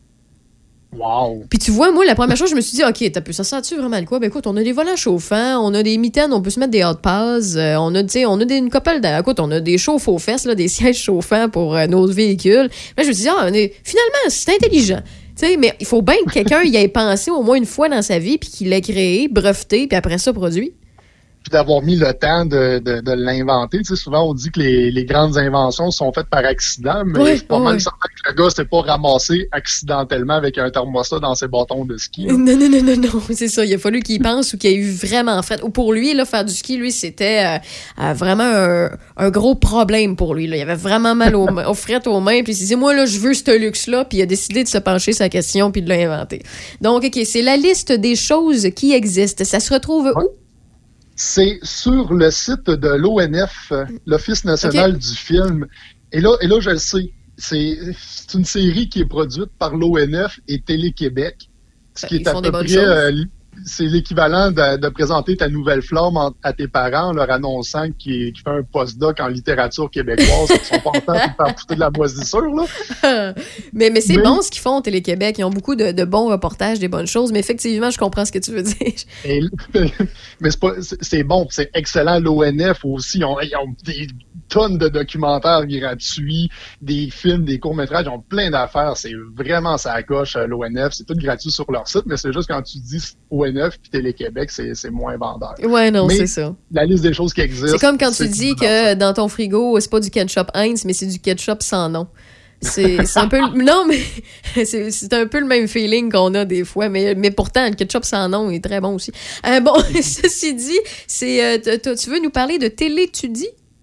Speaker 23: Wow!
Speaker 5: Puis tu vois, moi, la première chose, je me suis dit, OK, t'as pu, ça sert-tu vraiment de quoi? Ben écoute, on a des volants chauffants, on a des mitaines, on peut se mettre des hot pads, euh, on a, tu sais, on a des, une couple de... Écoute, on a des chauffe aux fesses, là, des sièges chauffants pour euh, nos véhicules. Là, je me suis dit, ah, on est, finalement, c'est intelligent. Tu sais, mais il faut bien que quelqu'un y ait pensé au moins une fois dans sa vie, puis qu'il l'ait créé, breveté, puis après ça, produit.
Speaker 23: Puis d'avoir mis le temps de, de, de l'inventer. Tu sais, souvent, on dit que les, les grandes inventions sont faites par accident, mais oui, je suis pas oui. mal certain que le gars s'est pas ramassé accidentellement avec un thermostat dans ses bâtons de ski. Là.
Speaker 5: Non, non, non, non, non, c'est ça. Il a fallu qu'il y pense ou qu'il ait eu vraiment fait. Ou pour lui, là, faire du ski, lui, c'était euh, euh, vraiment un, un gros problème pour lui. Là. Il avait vraiment mal aux, aux frettes aux mains. Puis il s'est dit, moi, là, je veux ce luxe-là. Puis il a décidé de se pencher sur la question puis de l'inventer. Donc, OK, c'est la liste des choses qui existent. Ça se retrouve
Speaker 23: oui.
Speaker 5: où?
Speaker 23: C'est sur le site de l'O N F, l'Office national okay. du film. Et là, et là, je le sais, c'est, c'est une série qui est produite par l'O N F et Télé-Québec, ce qui est à peu près, euh, c'est l'équivalent de, de présenter ta nouvelle flamme à tes parents, en leur annonçant qu'il, qu'il fait un postdoc en littérature québécoise, qui sont pas en train de faire foutre de la moisissure, là.
Speaker 5: mais, mais c'est mais, bon ce qu'ils font, Télé-Québec. Ils ont beaucoup de, de bons reportages, des bonnes choses, mais effectivement, je comprends ce que tu veux dire.
Speaker 23: Et, mais c'est, pas, c'est, c'est bon, c'est excellent. L'O N F aussi, ils ont, ils ont des tonnes de documentaires gratuits, des films, des courts-métrages, ils ont plein d'affaires. C'est vraiment ça coche, l'O N F. C'est tout gratuit sur leur site, mais c'est juste quand tu dis O N F puis Télé-Québec, c'est, c'est moins vendeur.
Speaker 5: Ouais, non,
Speaker 23: mais
Speaker 5: c'est ça.
Speaker 23: La liste des choses qui existent.
Speaker 5: C'est comme quand tu dis que dans ton frigo, c'est pas du ketchup Heinz, mais c'est du ketchup sans nom. C'est, c'est un peu... Non, mais c'est, c'est un peu le même feeling qu'on a des fois, mais, mais pourtant, le ketchup sans nom est très bon aussi. Euh, bon, ceci dit, c'est, euh, tu veux nous parler de Télétudie?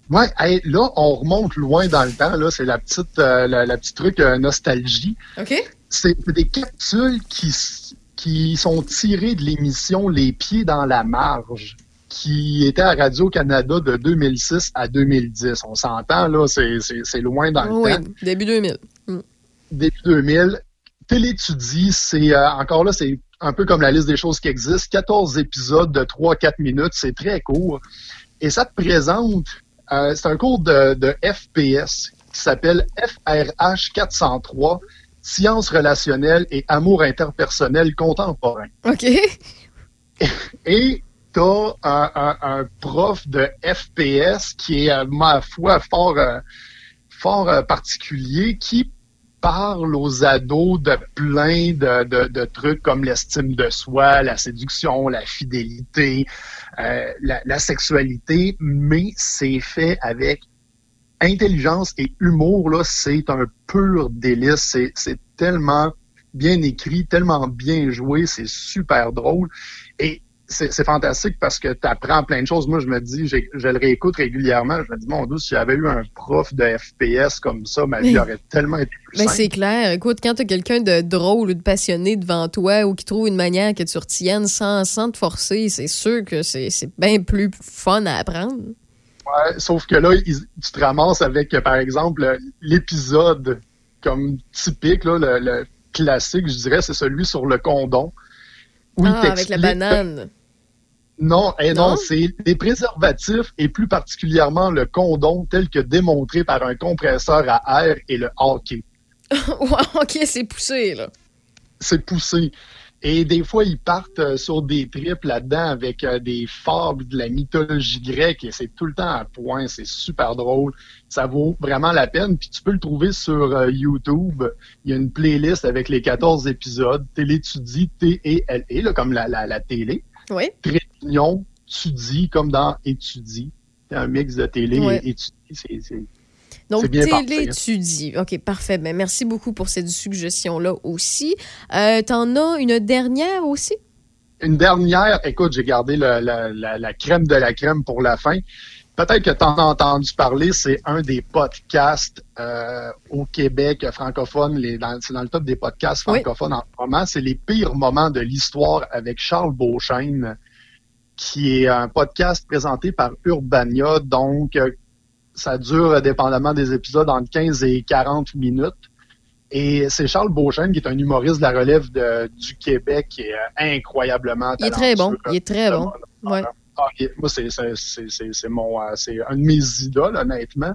Speaker 23: Ouais, hey, là, on remonte loin dans le temps. Là, c'est la petite, euh, la, la petite truc euh, nostalgie.
Speaker 5: OK.
Speaker 23: C'est des capsules qui, qui sont tirées de l'émission Les Pieds dans la marge, qui était à Radio-Canada de deux mille six à deux mille dix. On s'entend, là, c'est, c'est, c'est loin dans le
Speaker 5: oui,
Speaker 23: temps.
Speaker 5: Oui, début deux mille. Mm.
Speaker 23: Début deux mille. Télétudie, c'est euh, encore là, c'est un peu comme la liste des choses qui existent. quatorze épisodes de trois à quatre minutes, c'est très court. Et ça te présente, euh, c'est un cours de, de F P S qui s'appelle F R H quatre cent trois, Sciences relationnelles et amour interpersonnel contemporain.
Speaker 5: OK.
Speaker 23: Et t'as un, un, un prof de F P S qui est, à ma foi, fort, euh, fort euh, particulier, qui parle aux ados de plein de, de, de trucs comme l'estime de soi, la séduction, la fidélité, euh, la, la sexualité, mais c'est fait avec intelligence et humour. Là, c'est un pur délice. C'est, c'est tellement bien écrit, tellement bien joué, c'est super drôle. Et c'est, c'est fantastique parce que tu apprends plein de choses. Moi, je me dis, j'ai, je le réécoute régulièrement. Je me dis, mon Dieu, si j'avais eu un prof de F P S comme ça, ma vie
Speaker 5: Mais,
Speaker 23: aurait tellement été plus
Speaker 5: mais
Speaker 23: simple.
Speaker 5: c'est clair. Écoute, quand tu as quelqu'un de drôle ou de passionné devant toi ou qui trouve une manière que tu retiennes sans, sans te forcer, c'est sûr que c'est, c'est bien plus fun à apprendre.
Speaker 23: Ouais, sauf que là, il, tu te ramasses avec, par exemple, l'épisode comme typique, là, le, le classique, je dirais, c'est celui sur le condom. Où
Speaker 5: ah, avec la banane.
Speaker 23: Non, eh non,
Speaker 5: non,
Speaker 23: c'est les préservatifs et plus particulièrement le condom tel que démontré par un compresseur à air et le hockey.
Speaker 5: OK, c'est poussé, là.
Speaker 23: C'est poussé. Et des fois, ils partent euh, sur des trips là-dedans avec euh, des fables de la mythologie grecque et c'est tout le temps à point. C'est super drôle. Ça vaut vraiment la peine. Puis tu peux le trouver sur euh, YouTube. Il y a une playlist avec les quatorze épisodes. Télétudie, T E L E, là, comme la, la, la télé.
Speaker 5: Oui.
Speaker 23: Tréunion, Tudie, comme dans Étudie. C'est un mix de télé
Speaker 5: oui.
Speaker 23: et Étudie. C'est, c'est,
Speaker 5: Donc,
Speaker 23: c'est bien
Speaker 5: Télétudie. OK, parfait. Ben, merci beaucoup pour cette suggestion-là aussi. Euh, t'en as une dernière aussi?
Speaker 23: Une dernière. Écoute, j'ai gardé le, la, la, la crème de la crème pour la fin. Peut-être que tu en as entendu parler, c'est un des podcasts euh, au Québec francophone. Les, dans, c'est dans le top des podcasts francophones oui. en ce moment. C'est les pires moments de l'histoire avec Charles Beauchesne, qui est un podcast présenté par Urbania. Donc, euh, ça dure, dépendamment des épisodes, entre quinze et quarante minutes. Et c'est Charles Beauchesne, qui est un humoriste de la relève de, du Québec, qui est incroyablement talentueux.
Speaker 5: Il est très bon. Il est très bon. Ouais.
Speaker 23: Ah, moi, c'est, c'est, c'est, c'est, c'est, mon, c'est un de mes idoles, honnêtement.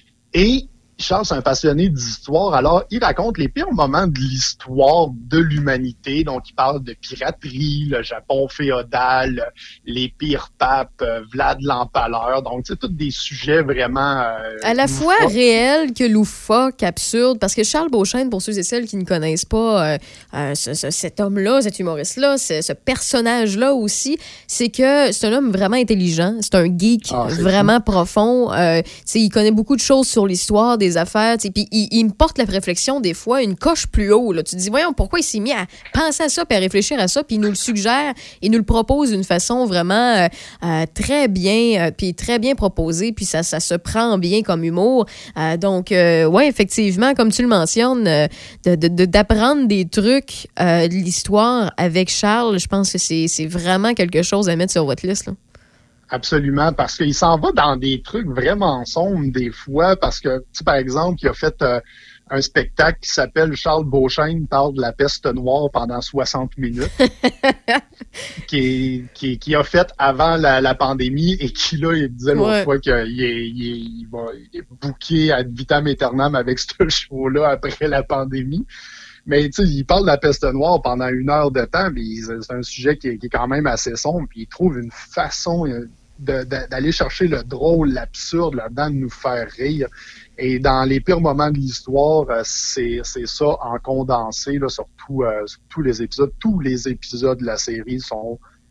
Speaker 23: Et Charles, c'est un passionné d'histoire. Alors, il raconte les pires moments de l'histoire de l'humanité. Donc, il parle de piraterie, le Japon féodal, les pires papes, Vlad l'Empaleur. Donc, c'est tous des sujets vraiment... Euh,
Speaker 5: à la fois réels que loufoques, absurdes. Parce que Charles Beauchesne, pour ceux et celles qui ne connaissent pas euh, euh, ce, ce, cet homme-là, cet humoriste-là, ce, ce personnage-là aussi, c'est que c'est un homme vraiment intelligent. C'est un geek ah, c'est vraiment fou. profond. Euh, il connaît beaucoup de choses sur l'histoire des affaires, puis il, il me porte la réflexion des fois une coche plus haut. Là. Tu te dis, voyons, pourquoi il s'est mis à penser à ça puis à réfléchir à ça, puis il nous le suggère, il nous le propose d'une façon vraiment euh, euh, très bien, euh, puis très bien proposée, puis ça, ça se prend bien comme humour. Euh, donc, euh, ouais, effectivement, comme tu le mentionnes, euh, de, de, de, d'apprendre des trucs euh, de l'histoire avec Charles, je pense que c'est, c'est vraiment quelque chose à mettre sur votre liste, là.
Speaker 23: Absolument, parce qu'il s'en va dans des trucs vraiment sombres des fois, parce que, tu sais, par exemple, il a fait euh, un spectacle qui s'appelle Charles Beauchesne parle de la peste noire pendant soixante minutes, qui, qui, qui a fait avant la, la pandémie et qui, là, il disait l'autre ouais. fois qu'il est, il est, il va, il est booké ad vitam aeternam avec ce show-là après la pandémie. Mais tu sais, il parle de la peste noire pendant une heure de temps, puis c'est un sujet qui est, qui est quand même assez sombre, puis il trouve une façon de, de, d'aller chercher le drôle, l'absurde là-dedans, de nous faire rire. Et dans les pires moments de l'histoire, c'est, c'est ça en condensé, là, sur, tout, euh, sur tous les épisodes. Tous les épisodes de la série sont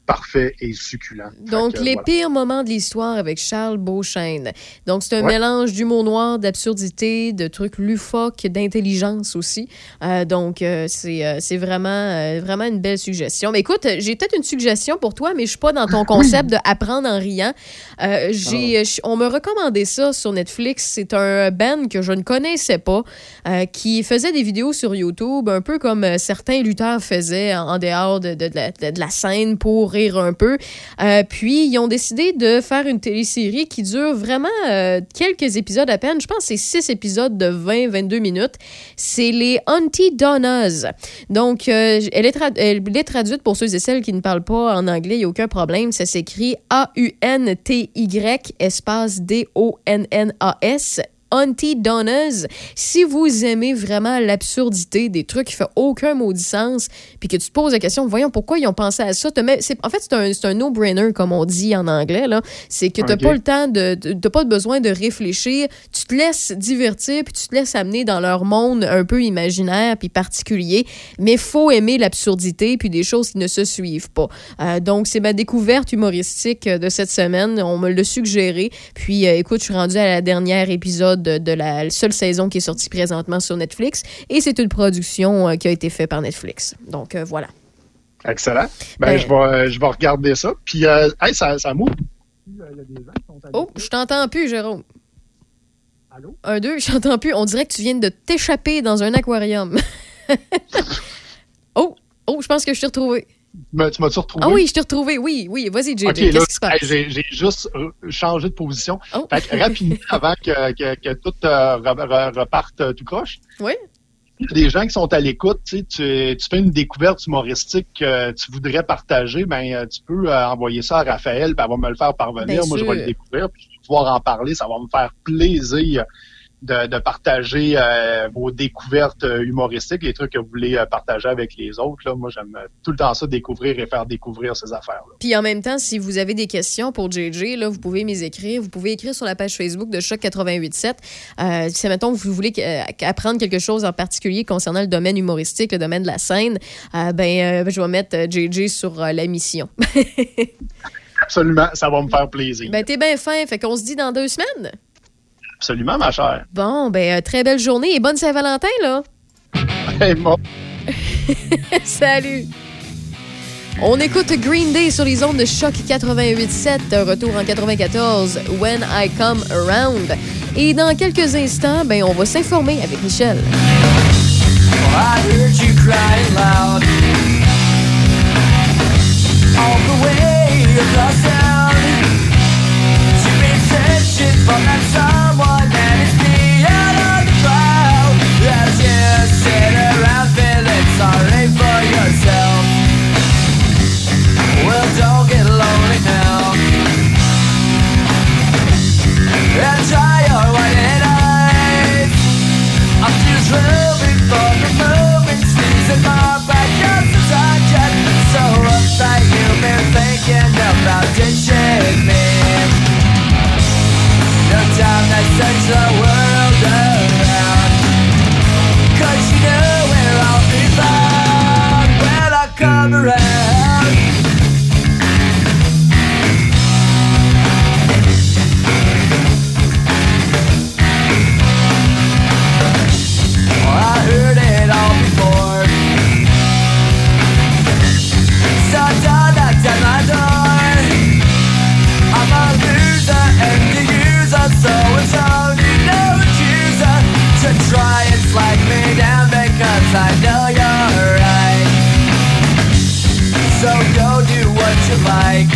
Speaker 23: parfait et succulent.
Speaker 5: Donc,
Speaker 23: Fait que,
Speaker 5: les
Speaker 23: voilà.
Speaker 5: pires moments de l'histoire avec Charles Beauchesne. Donc, c'est un
Speaker 23: Ouais.
Speaker 5: mélange d'humour noir, d'absurdité, de trucs loufoques, d'intelligence aussi. Euh, donc, euh, c'est, euh, c'est vraiment, euh, vraiment une belle suggestion. Mais écoute, j'ai peut-être une suggestion pour toi, mais je suis pas dans ton concept de apprendre en riant. Euh, j'ai, j- on me recommandait ça sur Netflix. C'est un band que je ne connaissais pas, euh, qui faisait des vidéos sur YouTube, un peu comme euh, certains lutteurs faisaient en, en dehors de, de, de, la, de la scène pour rire un peu. Euh, puis, ils ont décidé de faire une télésérie qui dure vraiment euh, quelques épisodes à peine. Je pense que c'est six épisodes de vingt à vingt-deux minutes. C'est les Auntie Donnas. Donc, euh, elle, est trad- elle est traduite pour ceux et celles qui ne parlent pas en anglais. Il n'y a aucun problème. Ça s'écrit A U N T Y espace D O N N A S. Auntie Donnas. Si vous aimez vraiment l'absurdité, des trucs qui font aucun maudit sens, puis que tu te poses la question, voyons pourquoi ils ont pensé à ça. Te mets- c'est, en fait, c'est un, c'est un no-brainer, comme on dit en anglais, là. C'est que tu n'as
Speaker 23: Ok.
Speaker 5: pas le temps de, de- t'as pas besoin de réfléchir. Tu te laisses divertir, puis tu te laisses amener dans leur monde un peu imaginaire, puis particulier. Mais faut aimer l'absurdité, puis des choses qui ne se suivent pas. Euh, donc, c'est ma découverte humoristique de cette semaine. On me l'a suggéré. Puis, euh, écoute, je suis rendue à la dernière épisode de, de la seule saison qui est sortie présentement sur Netflix. Et c'est une production euh, qui a été faite par Netflix. Donc, euh, voilà.
Speaker 23: Excellent. Ben,
Speaker 5: Ben-
Speaker 23: je, vais, euh, je vais regarder ça. Puis, euh, hey, ça, ça m'ouvre. Il y a des gens qui sont à
Speaker 5: Oh,
Speaker 23: l'écoute.
Speaker 5: je t'entends plus, Jérôme.
Speaker 23: Allô?
Speaker 5: Un, deux, je t'entends plus. On dirait que tu viens de t'échapper dans un aquarium. oh, oh, je pense que je t'ai retrouvé.
Speaker 23: Me- Tu m'as-tu retrouvé?
Speaker 5: Ah oui, je t'ai retrouvé. Oui, oui. Vas-y, J J.
Speaker 23: OK,
Speaker 5: Qu'est-ce
Speaker 23: là,
Speaker 5: qui se passe?
Speaker 23: hey, j'ai, j'ai juste euh, changé de position.
Speaker 5: Oh.
Speaker 23: Fait que rapidement, avant que, que, que tout euh, re- re- reparte euh, tout croche,
Speaker 5: Oui.
Speaker 23: il y a des gens qui sont à l'écoute. Tu sais, tu, tu fais une découverte humoristique que tu voudrais partager, ben euh, tu peux euh, envoyer ça à Raphaël, puis elle va me le faire parvenir.
Speaker 5: Bien
Speaker 23: Moi, je
Speaker 5: sûr.
Speaker 23: vais le découvrir, puis je vais pouvoir en parler. Ça va me faire plaisir de, de partager euh, vos découvertes euh, humoristiques, les trucs que vous voulez euh, partager avec les autres. Là. Moi, j'aime euh, tout le temps ça, découvrir et faire découvrir ces affaires-là.
Speaker 5: Puis en même temps, si vous avez des questions pour J J, là, vous pouvez m'y écrire. Vous pouvez écrire sur la page Facebook de Choc quatre-vingt-huit sept. Euh, si, mettons, vous voulez euh, apprendre quelque chose en particulier concernant le domaine humoristique, le domaine de la scène, euh, ben, euh, je vais mettre euh, J J sur euh, la mission.
Speaker 23: Absolument, ça va me faire plaisir.
Speaker 5: Ben, t'es bien fin. Fait qu'on se dit dans deux semaines.
Speaker 23: Absolument, ma chère.
Speaker 5: Bon, ben, euh, très belle journée et bonne Saint-Valentin, là.
Speaker 23: Hey, moi.
Speaker 5: Salut! On écoute Green Day sur les ondes de Choc quatre-vingt-huit sept, un retour en quatre-vingt-quatorze, When I Come Around. Et dans quelques instants, ben, on va s'informer avec Michel.
Speaker 2: I heard you crying loud all the way across town. You've been searching for that someone, and it's me out of the crowd. As you sit around feeling sorry for yourself. Well, don't get lonely now. And try your white eyes. I'm just moving for the moment, squeezing my back up the sunshine. So uptight, you've been thinking about ditching me. No time to search the world around, 'cause you know where I'll be found when I come around. I heard it all before. So don't knock down my door. I'm a loser and the user, so it's only no accuser to try and flag me down because I know you're right. So go do what you like.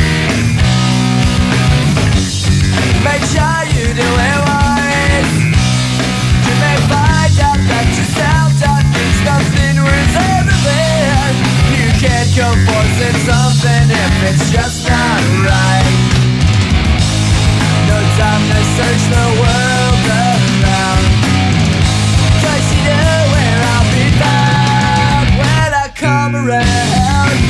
Speaker 2: Make sure you do it right. You may find out that yourself that means nothing worth everything. You can't go forcing something if it's just not right. No time to search the world around, 'cause you know where I'll be found when I come around.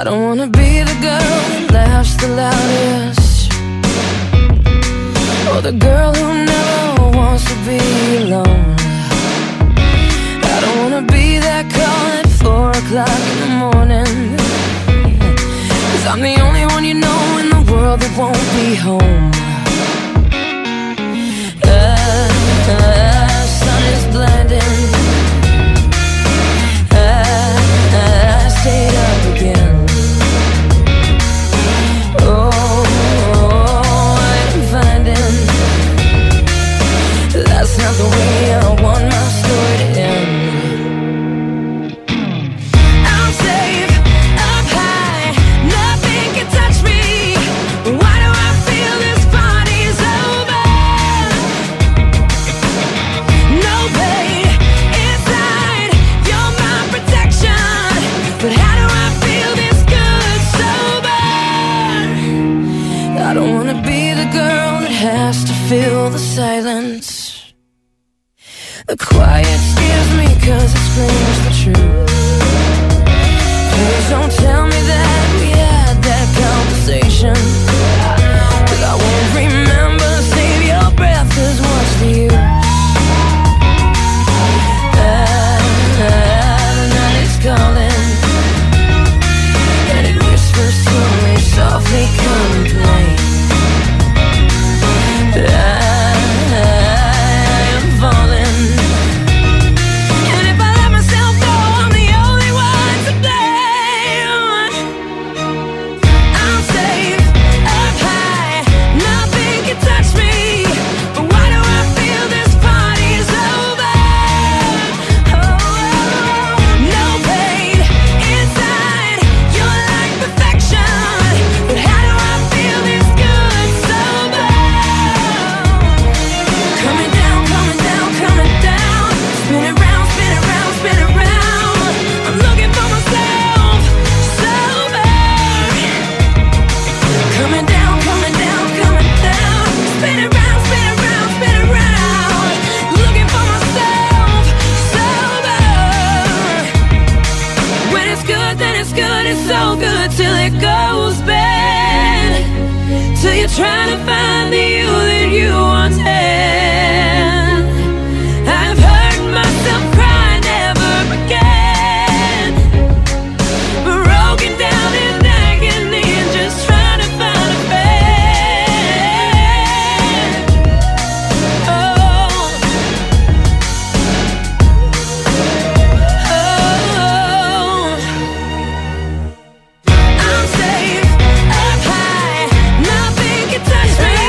Speaker 9: I don't wanna be the girl that laughs the loudest, or the girl who never wants to be alone. I don't wanna be that call at four o'clock in the morning, 'cause I'm the only one you know in the world that won't be home. The sun is blinding, I, I stayed up again. Oh, I'm finding that's not the way I want my story to end. I'm safe up high, nothing can touch me. Why do I feel this party's over? No pain inside, you're my protection. But how do I feel this good sober? I don't wanna be the girl that has to fill the silence. The quiet scares me 'cause it screams the truth. Please don't tell me that we had that conversation, 'cause I won't remember. Save your breath, 'cause what's the use? Ah, the night is calling, and it whispers to me softly, come and play. I am falling, and if I let myself go, I'm the only one to blame. I'm safe up high, nothing can touch me. But why do I feel this party's over? Oh, no pain inside, you're like perfection. But how do I feel this good sober? Coming down, coming down, coming down. Spin it round, spin it round, spin it round. I'm looking for myself sober. Coming down, coming down, coming down. Spin it round, spin it round, spin it round. Looking for myself sober. When it's good, then it's good, it's so good till it goes bad. Till you're trying to find the you that you once had. I've heard myself cry never again, broken down in agony and just trying to find a friend. Oh, oh, I'm safe up high, nothing can touch me.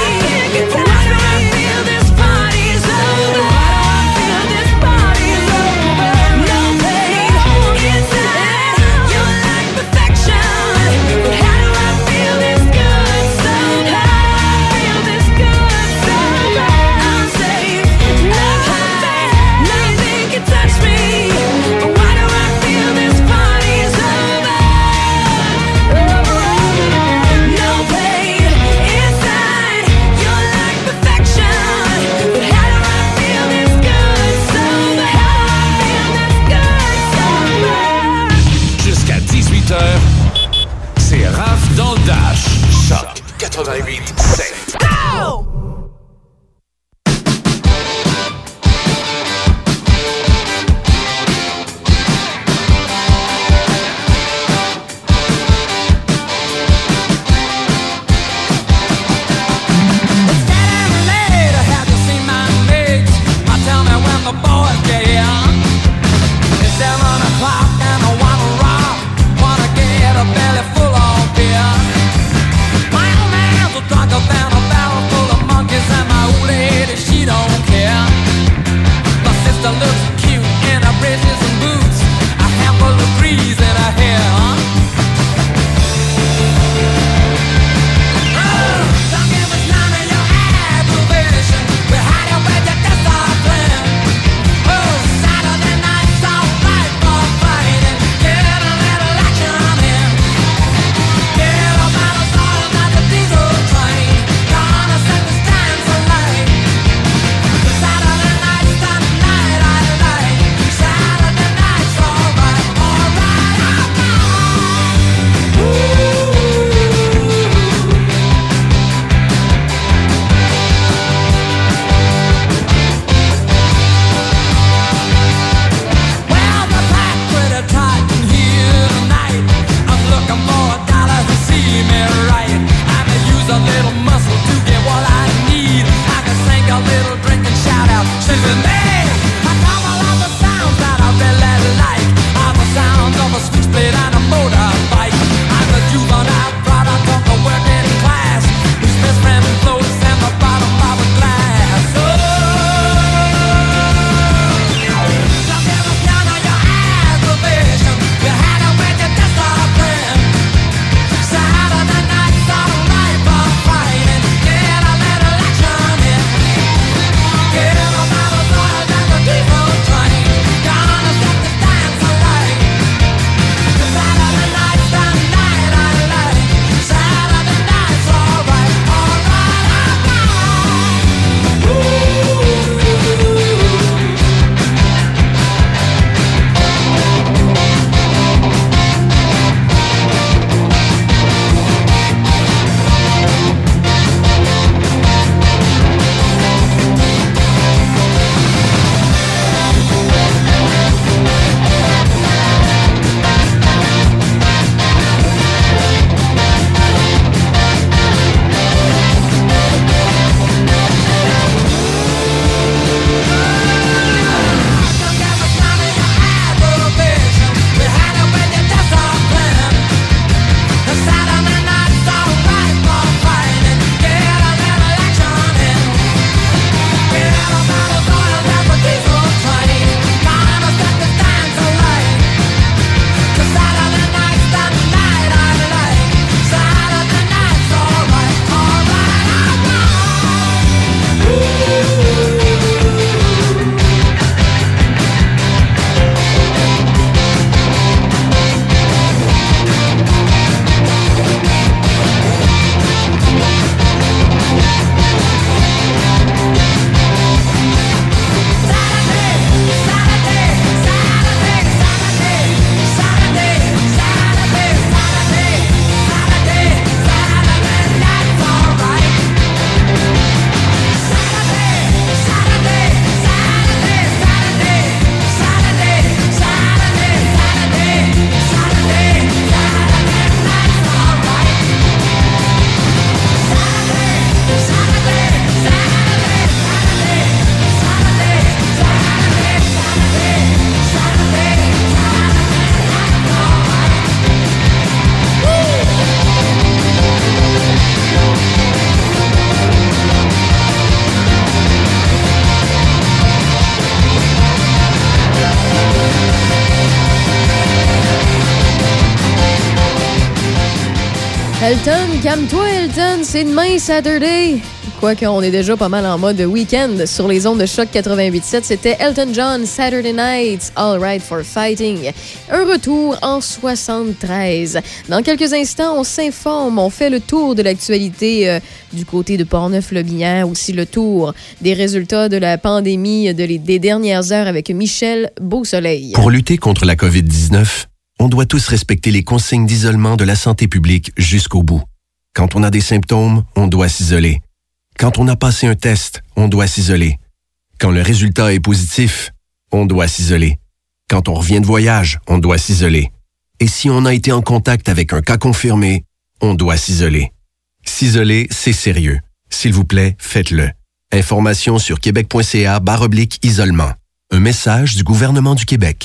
Speaker 5: Elton, calme-toi, Elton, c'est demain, Saturday. Quoique, on est déjà pas mal en mode week-end sur les ondes de Choc quatre-vingt-huit sept. C'était Elton John, Saturday Night, All Right for Fighting. Un retour en soixante-treize. Dans quelques instants, on s'informe, on fait le tour de l'actualité euh, du côté de Portneuf-Lobinière, aussi le tour des résultats de la pandémie de les, des dernières heures avec Michel Beausoleil.
Speaker 15: Pour lutter contre la covid dix-neuf, on doit tous respecter les consignes d'isolement de la santé publique jusqu'au bout. Quand on a des symptômes, on doit s'isoler. Quand on a passé un test, on doit s'isoler. Quand le résultat est positif, on doit s'isoler. Quand on revient de voyage, on doit s'isoler. Et si on a été en contact avec un cas confirmé, on doit s'isoler. S'isoler, c'est sérieux. S'il vous plaît, faites-le. Information sur québec.ca barre oblique isolement. Un message du gouvernement du Québec.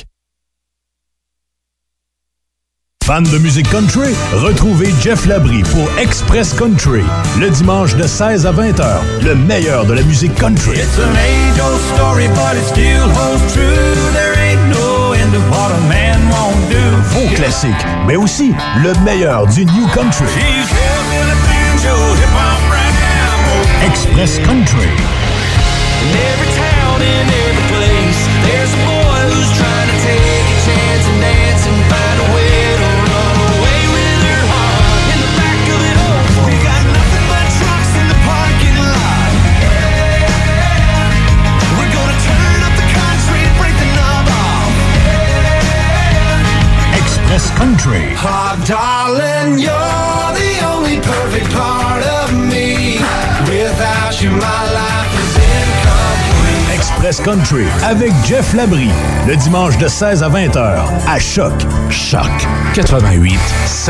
Speaker 7: Fans de musique country, retrouvez Jeff Labrie pour Express Country, le dimanche de seize à vingt heures, le meilleur de la musique country.
Speaker 2: It's an age-old story, but it still holds true. There ain't no end of what a man won't do.
Speaker 7: Faux classique, mais aussi le meilleur du new country.
Speaker 2: She's held in a banjo, hip-hop right now.
Speaker 7: Express Country.
Speaker 2: In every town, in every place, there's a boy who's trying to take a chance and dance and find a way to run away with her heart. In the back of it all, we got nothing but trucks in the parking lot. We're gonna turn up the country and break the knob off.
Speaker 7: Express Country.
Speaker 2: Oh, darling, you're the only perfect part of me. Without you, my life is incomplete.
Speaker 7: Express Country avec Jeff Labrie, le dimanche de seize à vingt heures à Choc. Choc quatre-vingt-huit sept.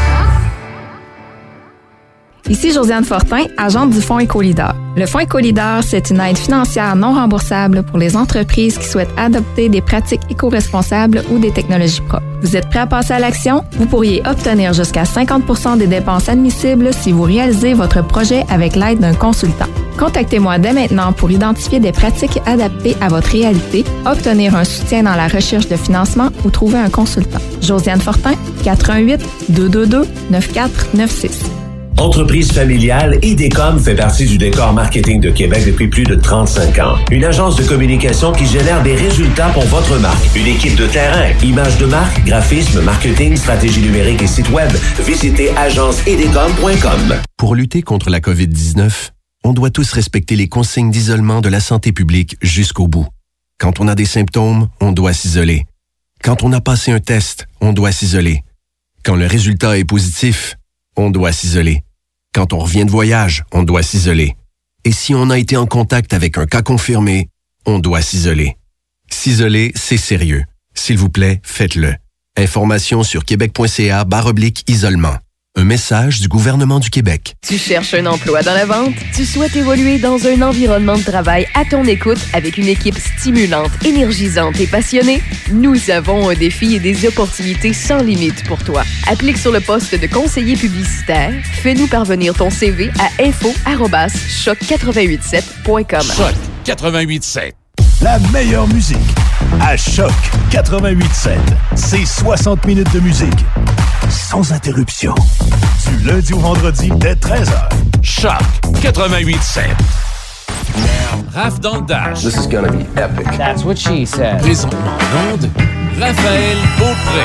Speaker 8: Ici Josiane Fortin, agente du Fonds Écolideur. Le Fonds Écolideur, c'est une aide financière non remboursable pour les entreprises qui souhaitent adopter des pratiques éco-responsables ou des technologies propres. Vous êtes prêt à passer à l'action? Vous pourriez obtenir jusqu'à cinquante pour cent des dépenses admissibles si vous réalisez votre projet avec l'aide d'un consultant. Contactez-moi dès maintenant pour identifier des pratiques adaptées à votre réalité, obtenir un soutien dans la recherche de financement ou trouver un consultant. Josiane Fortin, quatre un huit, deux deux deux, neuf quatre neuf six.
Speaker 10: Entreprise familiale, Idecom fait partie du décor marketing de Québec depuis plus de trente-cinq ans. Une agence de communication qui génère des résultats pour votre marque. Une équipe de terrain, images de marque, graphisme, marketing, stratégie numérique et site web. Visitez agence idecom point com.
Speaker 15: Pour lutter contre la covid dix-neuf, on doit tous respecter les consignes d'isolement de la santé publique jusqu'au bout. Quand on a des symptômes, on doit s'isoler. Quand on a passé un test, on doit s'isoler. Quand le résultat est positif, on doit s'isoler. Quand on revient de voyage, on doit s'isoler. Et si on a été en contact avec un cas confirmé, on doit s'isoler. S'isoler, c'est sérieux. S'il vous plaît, faites-le. Information sur québec.ca barre oblique isolement. Un message du gouvernement du Québec.
Speaker 6: Tu cherches un emploi dans la vente? Tu souhaites évoluer dans un environnement de travail à ton écoute avec une équipe stimulante, énergisante et passionnée? Nous avons un défi et des opportunités sans limite pour toi. Applique sur le poste de conseiller publicitaire. Fais-nous parvenir ton C V à info arobase choc quatre-vingt-huit sept point com.
Speaker 1: Choc quatre-vingt-huit sept.
Speaker 7: La meilleure musique à Choc quatre-vingt-huit sept. C'est soixante minutes de musique sans interruption. Du lundi au vendredi dès treize heures.
Speaker 1: Choc quatre-vingt-huit sept. Raph dans le Dash.
Speaker 18: This is gonna be epic.
Speaker 13: That's what she said.
Speaker 1: Présentement en onde, Raphaël Beaupré.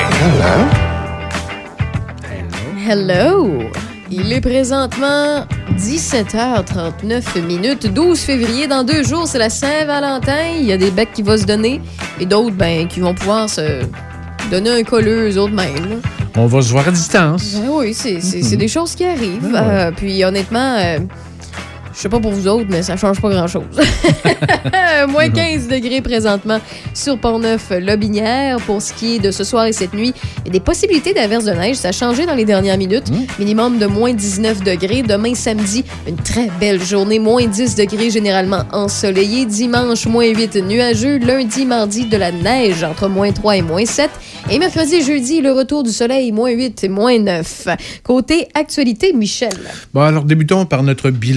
Speaker 5: Hello. Hello. Il est présentement dix-sept heures trente-neuf minutes, douze février. Dans deux jours, c'est la Saint-Valentin. Il y a des becs qui vont se donner et d'autres ben, qui vont pouvoir se donner un colleux eux autres mêmes. Là.
Speaker 4: On va se voir à distance.
Speaker 5: Ben oui, c'est, c'est, c'est des choses qui arrivent.
Speaker 4: Ben ouais.
Speaker 5: euh, puis honnêtement, euh, je sais pas pour vous autres, mais ça change pas grand-chose. Moins quinze degrés présentement sur Portneuf-Lobinière. Pour ce qui est de ce soir et cette nuit, il y a des possibilités d'averses de neige. Ça a changé dans les dernières minutes. Mmh. Minimum de moins dix-neuf degrés. Demain, samedi, une très belle journée. Moins dix degrés généralement ensoleillé. Dimanche, moins huit nuageux. Lundi, mardi, de la neige entre moins trois et moins sept. Et mercredi, jeudi, le retour du soleil, moins huit et moins neuf. Côté actualité, Michel.
Speaker 4: Bon, alors débutons par notre bilan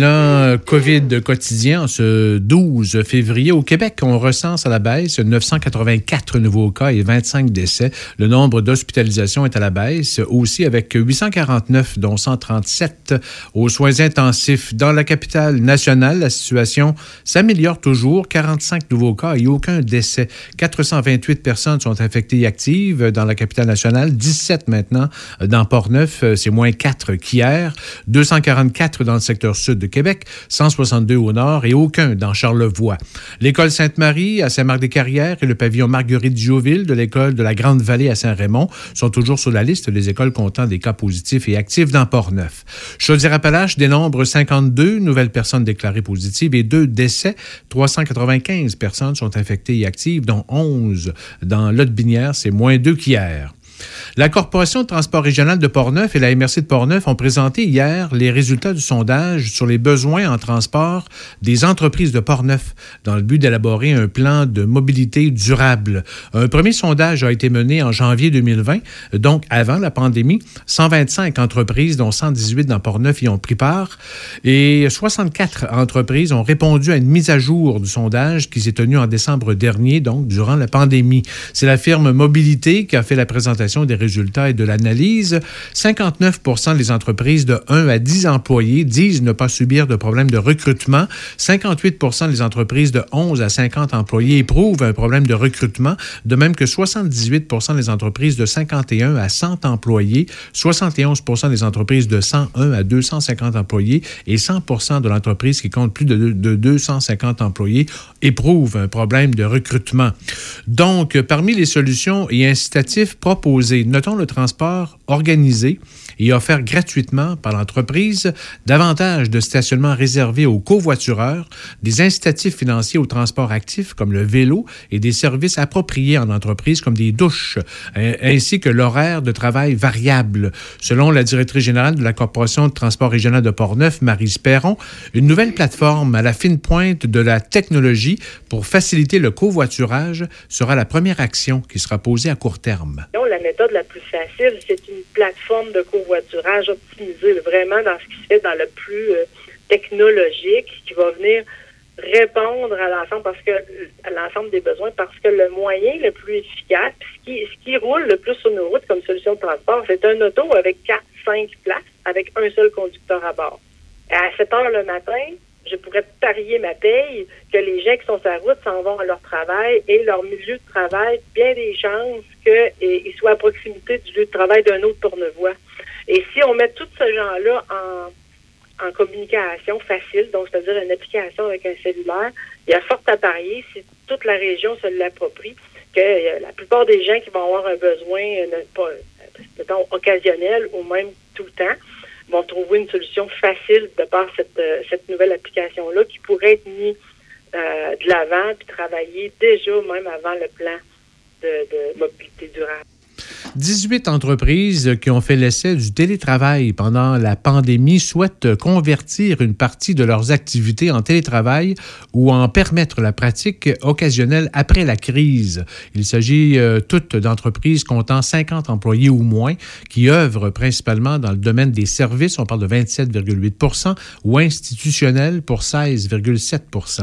Speaker 4: bilan COVID quotidien ce douze février. Au Québec, on recense à la baisse neuf cent quatre-vingt-quatre nouveaux cas et vingt-cinq décès. Le nombre d'hospitalisations est à la baisse aussi avec huit cent quarante-neuf, dont cent trente-sept aux soins intensifs. Dans la capitale nationale, la situation s'améliore toujours. quarante-cinq nouveaux cas et aucun décès. quatre cent vingt-huit personnes sont infectées et actives dans la capitale nationale. dix-sept maintenant dans Portneuf. C'est moins quatre qu'hier. deux cent quarante-quatre dans le secteur sud de Québec, cent soixante-deux au nord et aucun dans Charlevoix. L'école Sainte-Marie à Saint-Marc-des-Carrières et le pavillon Marguerite-Diouville de l'école de la Grande-Vallée à Saint-Raymond sont toujours sur la liste des écoles comptant des cas positifs et actifs dans Portneuf. Chaudière-Appalaches dénombre cinquante-deux nouvelles personnes déclarées positives et deux décès. trois cent quatre-vingt-quinze personnes sont infectées et actives, dont onze dans Lotbinière, c'est moins deux qu'hier. La Corporation de transport régional de Portneuf et la M R C de Portneuf ont présenté hier les résultats du sondage sur les besoins en transport des entreprises de Portneuf dans le but d'élaborer un plan de mobilité durable. Un premier sondage a été mené en janvier deux mille vingt, donc avant la pandémie. cent vingt-cinq entreprises, dont cent dix-huit dans Portneuf, y ont pris part et soixante-quatre entreprises ont répondu à une mise à jour du sondage qui s'est tenue en décembre dernier, donc durant la pandémie. C'est la firme Mobilité qui a fait la présentation des résultats et de l'analyse. cinquante-neuf pour cent des entreprises de un à dix employés disent ne pas subir de problème de recrutement. cinquante-huit pour cent des entreprises de onze à cinquante employés éprouvent un problème de recrutement, de même que soixante-dix-huit pour cent des entreprises de cinquante et un à cent employés, soixante et onze pour cent des entreprises de cent un à deux cent cinquante employés et cent pour cent de l'entreprise qui compte plus de, de deux cent cinquante employés éprouvent un problème de recrutement. Donc, parmi les solutions et incitatifs proposés, notons le transport organisé et offert gratuitement par l'entreprise, davantage de stationnements réservés aux covoitureurs, des incitatifs financiers au transport actif comme le vélo et des services appropriés en entreprise comme des douches, ainsi que l'horaire de travail variable. Selon la directrice générale de la Corporation de transport régional de Portneuf, Maryse Perron, une nouvelle plateforme à la fine pointe de la technologie pour faciliter le covoiturage sera la première action qui sera posée à court terme.
Speaker 13: La méthode la plus facile, c'est une plateforme de covoiturage optimisée, vraiment dans ce qui se fait dans le plus euh, technologique, qui va venir répondre à l'ensemble parce que à l'ensemble des besoins, parce que le moyen le plus efficace, ce qui, ce qui roule le plus sur nos routes comme solution de transport, c'est un auto avec quatre cinq places, avec un seul conducteur à bord. À sept heures le matin, je pourrais parier ma paye que les gens qui sont sur la route s'en vont à leur travail et leur milieu de travail, bien des chances qu'ils soient à proximité du lieu de travail d'un autre Portneuvois. Et si on met tous ces gens-là en, en communication facile, donc c'est-à-dire une application avec un cellulaire, il y a fort à parier, si toute la région se l'approprie, que euh, la plupart des gens qui vont avoir un besoin, euh, pas, mettons, occasionnel ou même tout le temps, vont trouver une solution facile de par cette, euh, cette nouvelle application-là qui pourrait être mise euh, de l'avant puis travailler déjà même avant le plan de, de mobilité durable.
Speaker 4: dix-huit entreprises qui ont fait l'essai du télétravail pendant la pandémie souhaitent convertir une partie de leurs activités en télétravail ou en permettre la pratique occasionnelle après la crise. Il s'agit euh, toutes d'entreprises comptant cinquante employés ou moins qui œuvrent principalement dans le domaine des services, on parle de vingt-sept virgule huit pour cent, ou institutionnels pour seize virgule sept pour cent.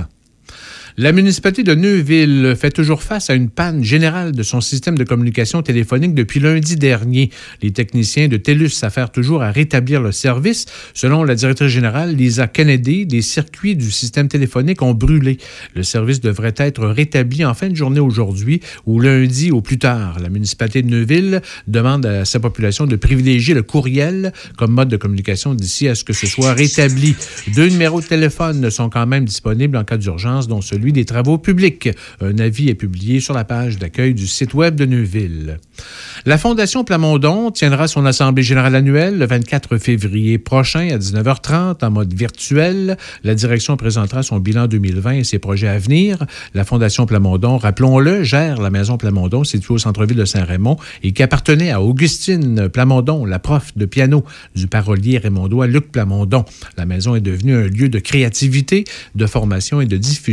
Speaker 4: La municipalité de Neuville fait toujours face à une panne générale de son système de communication téléphonique depuis lundi dernier. Les techniciens de TELUS s'affairent toujours à rétablir le service. Selon la directrice générale Lisa Kennedy, des circuits du système téléphonique ont brûlé. Le service devrait être rétabli en fin de journée aujourd'hui ou lundi au plus tard. La municipalité de Neuville demande à sa population de privilégier le courriel comme mode de communication d'ici à ce que ce soit rétabli. Deux numéros de téléphone sont quand même disponibles en cas d'urgence, dont celui des travaux publics. Un avis est publié sur la page d'accueil du site web de Neuville. La Fondation Plamondon tiendra son assemblée générale annuelle le vingt-quatre février prochain à dix-neuf heures trente en mode virtuel. La direction présentera son bilan deux mille vingt et ses projets à venir. La Fondation Plamondon, rappelons-le, gère la maison Plamondon située au centre-ville de Saint-Raymond et qui appartenait à Augustine Plamondon, la prof de piano du parolier raymondois Luc Plamondon. La maison est devenue un lieu de créativité, de formation et de diffusion de la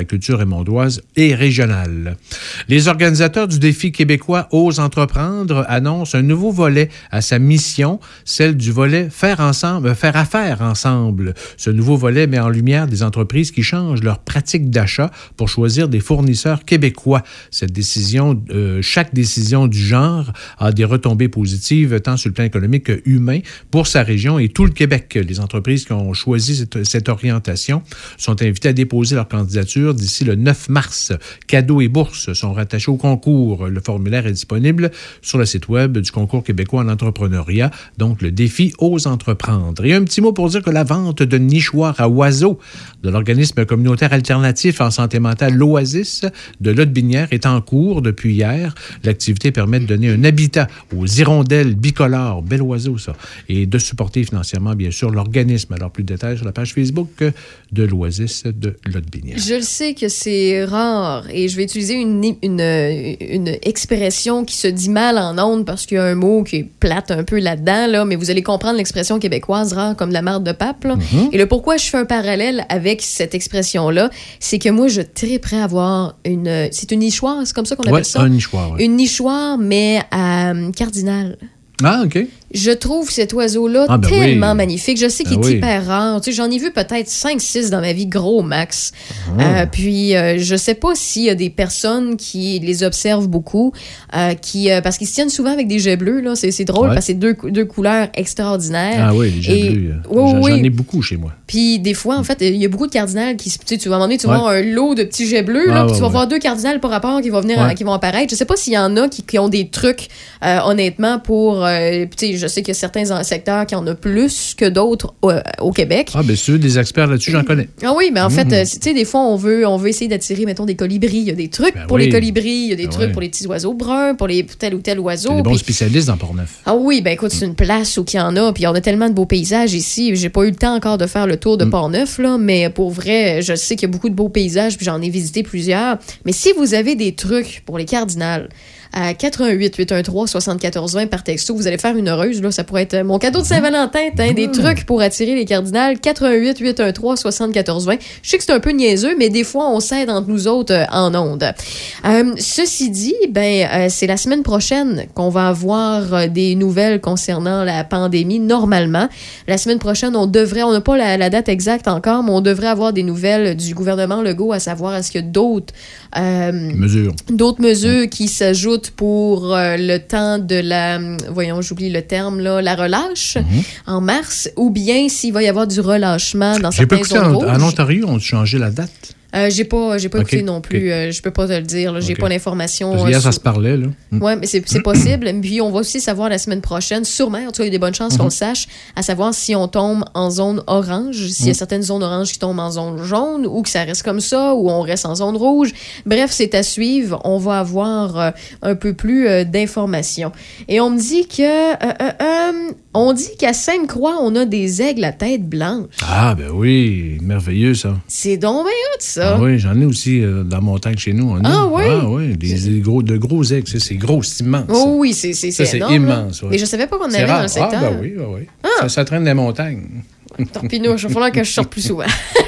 Speaker 4: culture émondoise et régionale. Les organisateurs du défi québécois Ose entreprendre annoncent un nouveau volet à sa mission, celle du volet Faire ensemble, faire affaire ensemble. Ce nouveau volet met en lumière des entreprises qui changent leurs pratiques d'achat pour choisir des fournisseurs québécois. Cette décision, euh, chaque décision du genre a des retombées positives tant sur le plan économique que humain pour sa région et tout le Québec. Les entreprises qui ont choisi cette, cette orientation sont invitées à déposer leur candidature d'ici le neuf mars. Cadeaux et bourses sont rattachés au concours. Le formulaire est disponible sur le site web du Concours québécois en entrepreneuriat, donc le défi Ose entreprendre. Et un petit mot pour dire que la vente de nichoirs à oiseaux de l'organisme communautaire alternatif en santé mentale l'Oasis de Lotbinière est en cours depuis hier. L'activité permet de donner un habitat aux hirondelles bicolores, bel oiseau ça, et de supporter financièrement, bien sûr, l'organisme. Alors, plus de détails sur la page Facebook de l'Oasis de Lotbinière.
Speaker 5: Je le sais que c'est rare et je vais utiliser une, une, une expression qui se dit mal en ondes parce qu'il y a un mot qui est plate un peu là-dedans, là, mais vous allez comprendre l'expression québécoise rare comme la marde de pape. Là. Mm-hmm. Et le pourquoi je fais un parallèle avec cette expression-là, c'est que moi, je triperais avoir une... C'est une nichoire, c'est comme ça qu'on appelle
Speaker 4: ouais,
Speaker 5: ça?
Speaker 4: un nichoir, ouais.
Speaker 5: Une nichoire, mais à euh, cardinal.
Speaker 4: Ah, OK.
Speaker 5: Je trouve cet oiseau-là
Speaker 4: ah, ben
Speaker 5: tellement
Speaker 4: oui.
Speaker 5: magnifique. Je sais qu'il
Speaker 4: ben
Speaker 5: est
Speaker 4: oui.
Speaker 5: hyper rare. Tu sais, j'en ai vu peut-être cinq six dans ma vie, gros max. Ah. Euh, puis, euh, je sais pas s'il y a des personnes qui les observent beaucoup, euh, qui, euh, parce qu'ils se tiennent souvent avec des jets bleus. Là. C'est, c'est drôle ouais. parce que c'est deux, deux couleurs extraordinaires.
Speaker 4: Ah oui, les jets
Speaker 5: Et,
Speaker 4: bleus.
Speaker 5: oh,
Speaker 4: j'en,
Speaker 5: oui.
Speaker 4: j'en ai beaucoup chez moi.
Speaker 5: Puis, des fois, en fait, il y a beaucoup de cardinals qui... Tu sais, tu vas à un moment donné, tu vas
Speaker 4: ouais.
Speaker 5: voir un lot de petits jets bleus,
Speaker 4: ah,
Speaker 5: là,
Speaker 4: ouais,
Speaker 5: puis tu vas
Speaker 4: ouais.
Speaker 5: voir deux cardinals par rapport qui vont, venir,
Speaker 4: ouais.
Speaker 5: qui vont apparaître. Je sais pas s'il y en a qui, qui ont des trucs, euh, honnêtement, pour... Euh, tu sais, je sais qu'il y a certains secteurs qui en a plus que d'autres au, au Québec.
Speaker 4: Ah, bien sûr, des experts là-dessus, j'en connais.
Speaker 5: Ah oui, mais en mmh. fait, euh, tu sais, des fois, on veut, on veut essayer d'attirer, mettons, des colibris. Il y a des trucs
Speaker 4: ben
Speaker 5: pour
Speaker 4: oui.
Speaker 5: les colibris, il y a des
Speaker 4: ben
Speaker 5: trucs
Speaker 4: oui.
Speaker 5: pour les petits oiseaux bruns, pour les tel ou tel oiseau.
Speaker 4: C'est des bons
Speaker 5: puis...
Speaker 4: spécialistes dans Port-Neuf.
Speaker 5: Ah oui, ben écoute, c'est une place où il y en a, puis on a tellement de beaux paysages ici. J'ai pas eu le temps encore de faire le tour de mmh. Port-Neuf, là, mais pour vrai, je sais qu'il y a beaucoup de beaux paysages, puis j'en ai visité plusieurs. Mais si vous avez des trucs pour les cardinals, à quatre un huit huit un trois sept quatre deux zéro par texto. Vous allez faire une heureuse. Là, ça pourrait être mon cadeau de Saint-Valentin. Hein, des trucs pour attirer les cardinals. quatre un huit huit un trois sept quatre deux zéro. Je sais que c'est un peu niaiseux, mais des fois, on s'aide entre nous autres euh, en ondes. Euh, ceci dit, ben, euh, c'est la semaine prochaine qu'on va avoir euh, des nouvelles concernant la pandémie, normalement. La semaine prochaine, on devrait, on n'a pas la, la date exacte encore, mais on devrait avoir des nouvelles du gouvernement Legault, à savoir est-ce qu'il y a d'autres euh,
Speaker 4: mesures,
Speaker 5: d'autres mesures mmh. qui s'ajoutent pour euh, le temps de la, voyons, j'oublie le terme, là, la relâche mm-hmm. en mars, ou bien s'il va y avoir du relâchement dans
Speaker 4: J'ai
Speaker 5: certaines
Speaker 4: pas
Speaker 5: zones
Speaker 4: écouté
Speaker 5: rouges.
Speaker 4: En, en Ontario, on a changé la date?
Speaker 5: Euh, j'ai pas, j'ai pas
Speaker 4: okay.
Speaker 5: écouté non plus.
Speaker 4: Okay.
Speaker 5: Euh, je peux pas te le dire. Là. J'ai
Speaker 4: okay.
Speaker 5: pas l'information.
Speaker 4: Parce que hier,
Speaker 5: euh,
Speaker 4: ça se parlait. Là.
Speaker 5: Mm. Oui, mais c'est, c'est possible. Puis on va aussi savoir la semaine prochaine, sûrement, en tout cas, il y a des bonnes chances mm-hmm. qu'on le sache, à savoir si on tombe en zone orange, s'il mm. y a certaines zones oranges qui tombent en zone jaune, ou que ça reste comme ça, ou on reste en zone rouge. Bref, c'est à suivre. On va avoir euh, un peu plus euh, d'informations. Et on me dit que... Euh, euh, euh, on dit qu'à Sainte-Croix, on a des aigles à tête blanche.
Speaker 4: Ah, ben oui, merveilleux, ça.
Speaker 5: C'est donc bien hot, ça.
Speaker 4: Ah oui, j'en ai aussi euh, dans la montagne chez nous. On
Speaker 5: ah
Speaker 4: a.
Speaker 5: oui?
Speaker 4: Ah oui, des, des gros, de gros aigles, c'est, c'est gros, c'est immense.
Speaker 5: Oh oui, c'est, c'est,
Speaker 4: ça,
Speaker 5: c'est,
Speaker 4: c'est
Speaker 5: énorme.
Speaker 4: immense. Ouais.
Speaker 5: Mais je savais pas qu'on
Speaker 4: c'est
Speaker 5: avait
Speaker 4: rare.
Speaker 5: dans le secteur.
Speaker 4: Ah, ben oui, ben oui.
Speaker 5: Ah.
Speaker 4: Ça, ça traîne des montagnes.
Speaker 5: Torpino, il va falloir que je sorte plus souvent.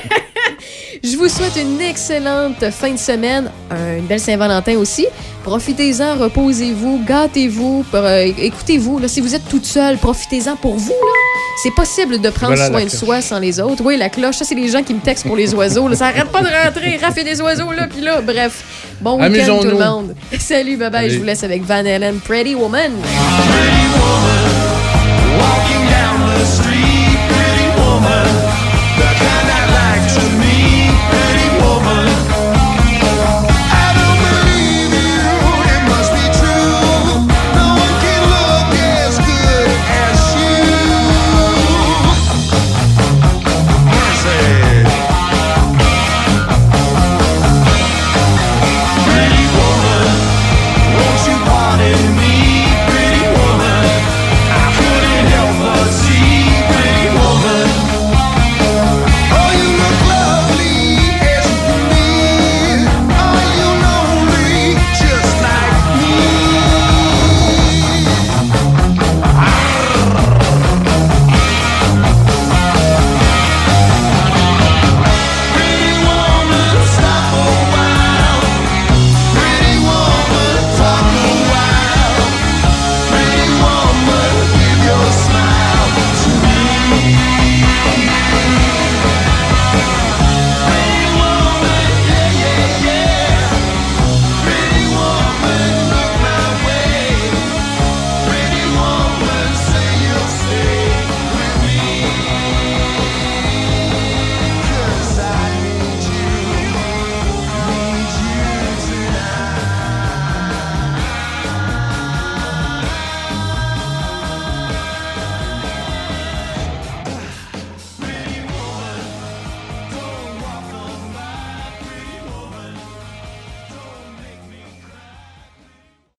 Speaker 5: Je vous souhaite une excellente fin de semaine, une belle Saint-Valentin aussi. Profitez-en, reposez-vous, gâtez-vous, euh, écoutez-vous. Là, si vous êtes toute seule, profitez-en pour vous. Là. C'est possible de prendre
Speaker 4: voilà
Speaker 5: soin de soi sans les autres. Oui, la cloche, ça, c'est les gens qui me textent pour les oiseaux. Là. Ça arrête pas de rentrer, raffer des oiseaux, là, puis là. Bref, bon week-end
Speaker 4: Amusons-nous.
Speaker 5: tout le monde. Salut, bye-bye.
Speaker 4: Allez.
Speaker 5: Je vous laisse avec Van Halen, Pretty Woman. Pretty Woman.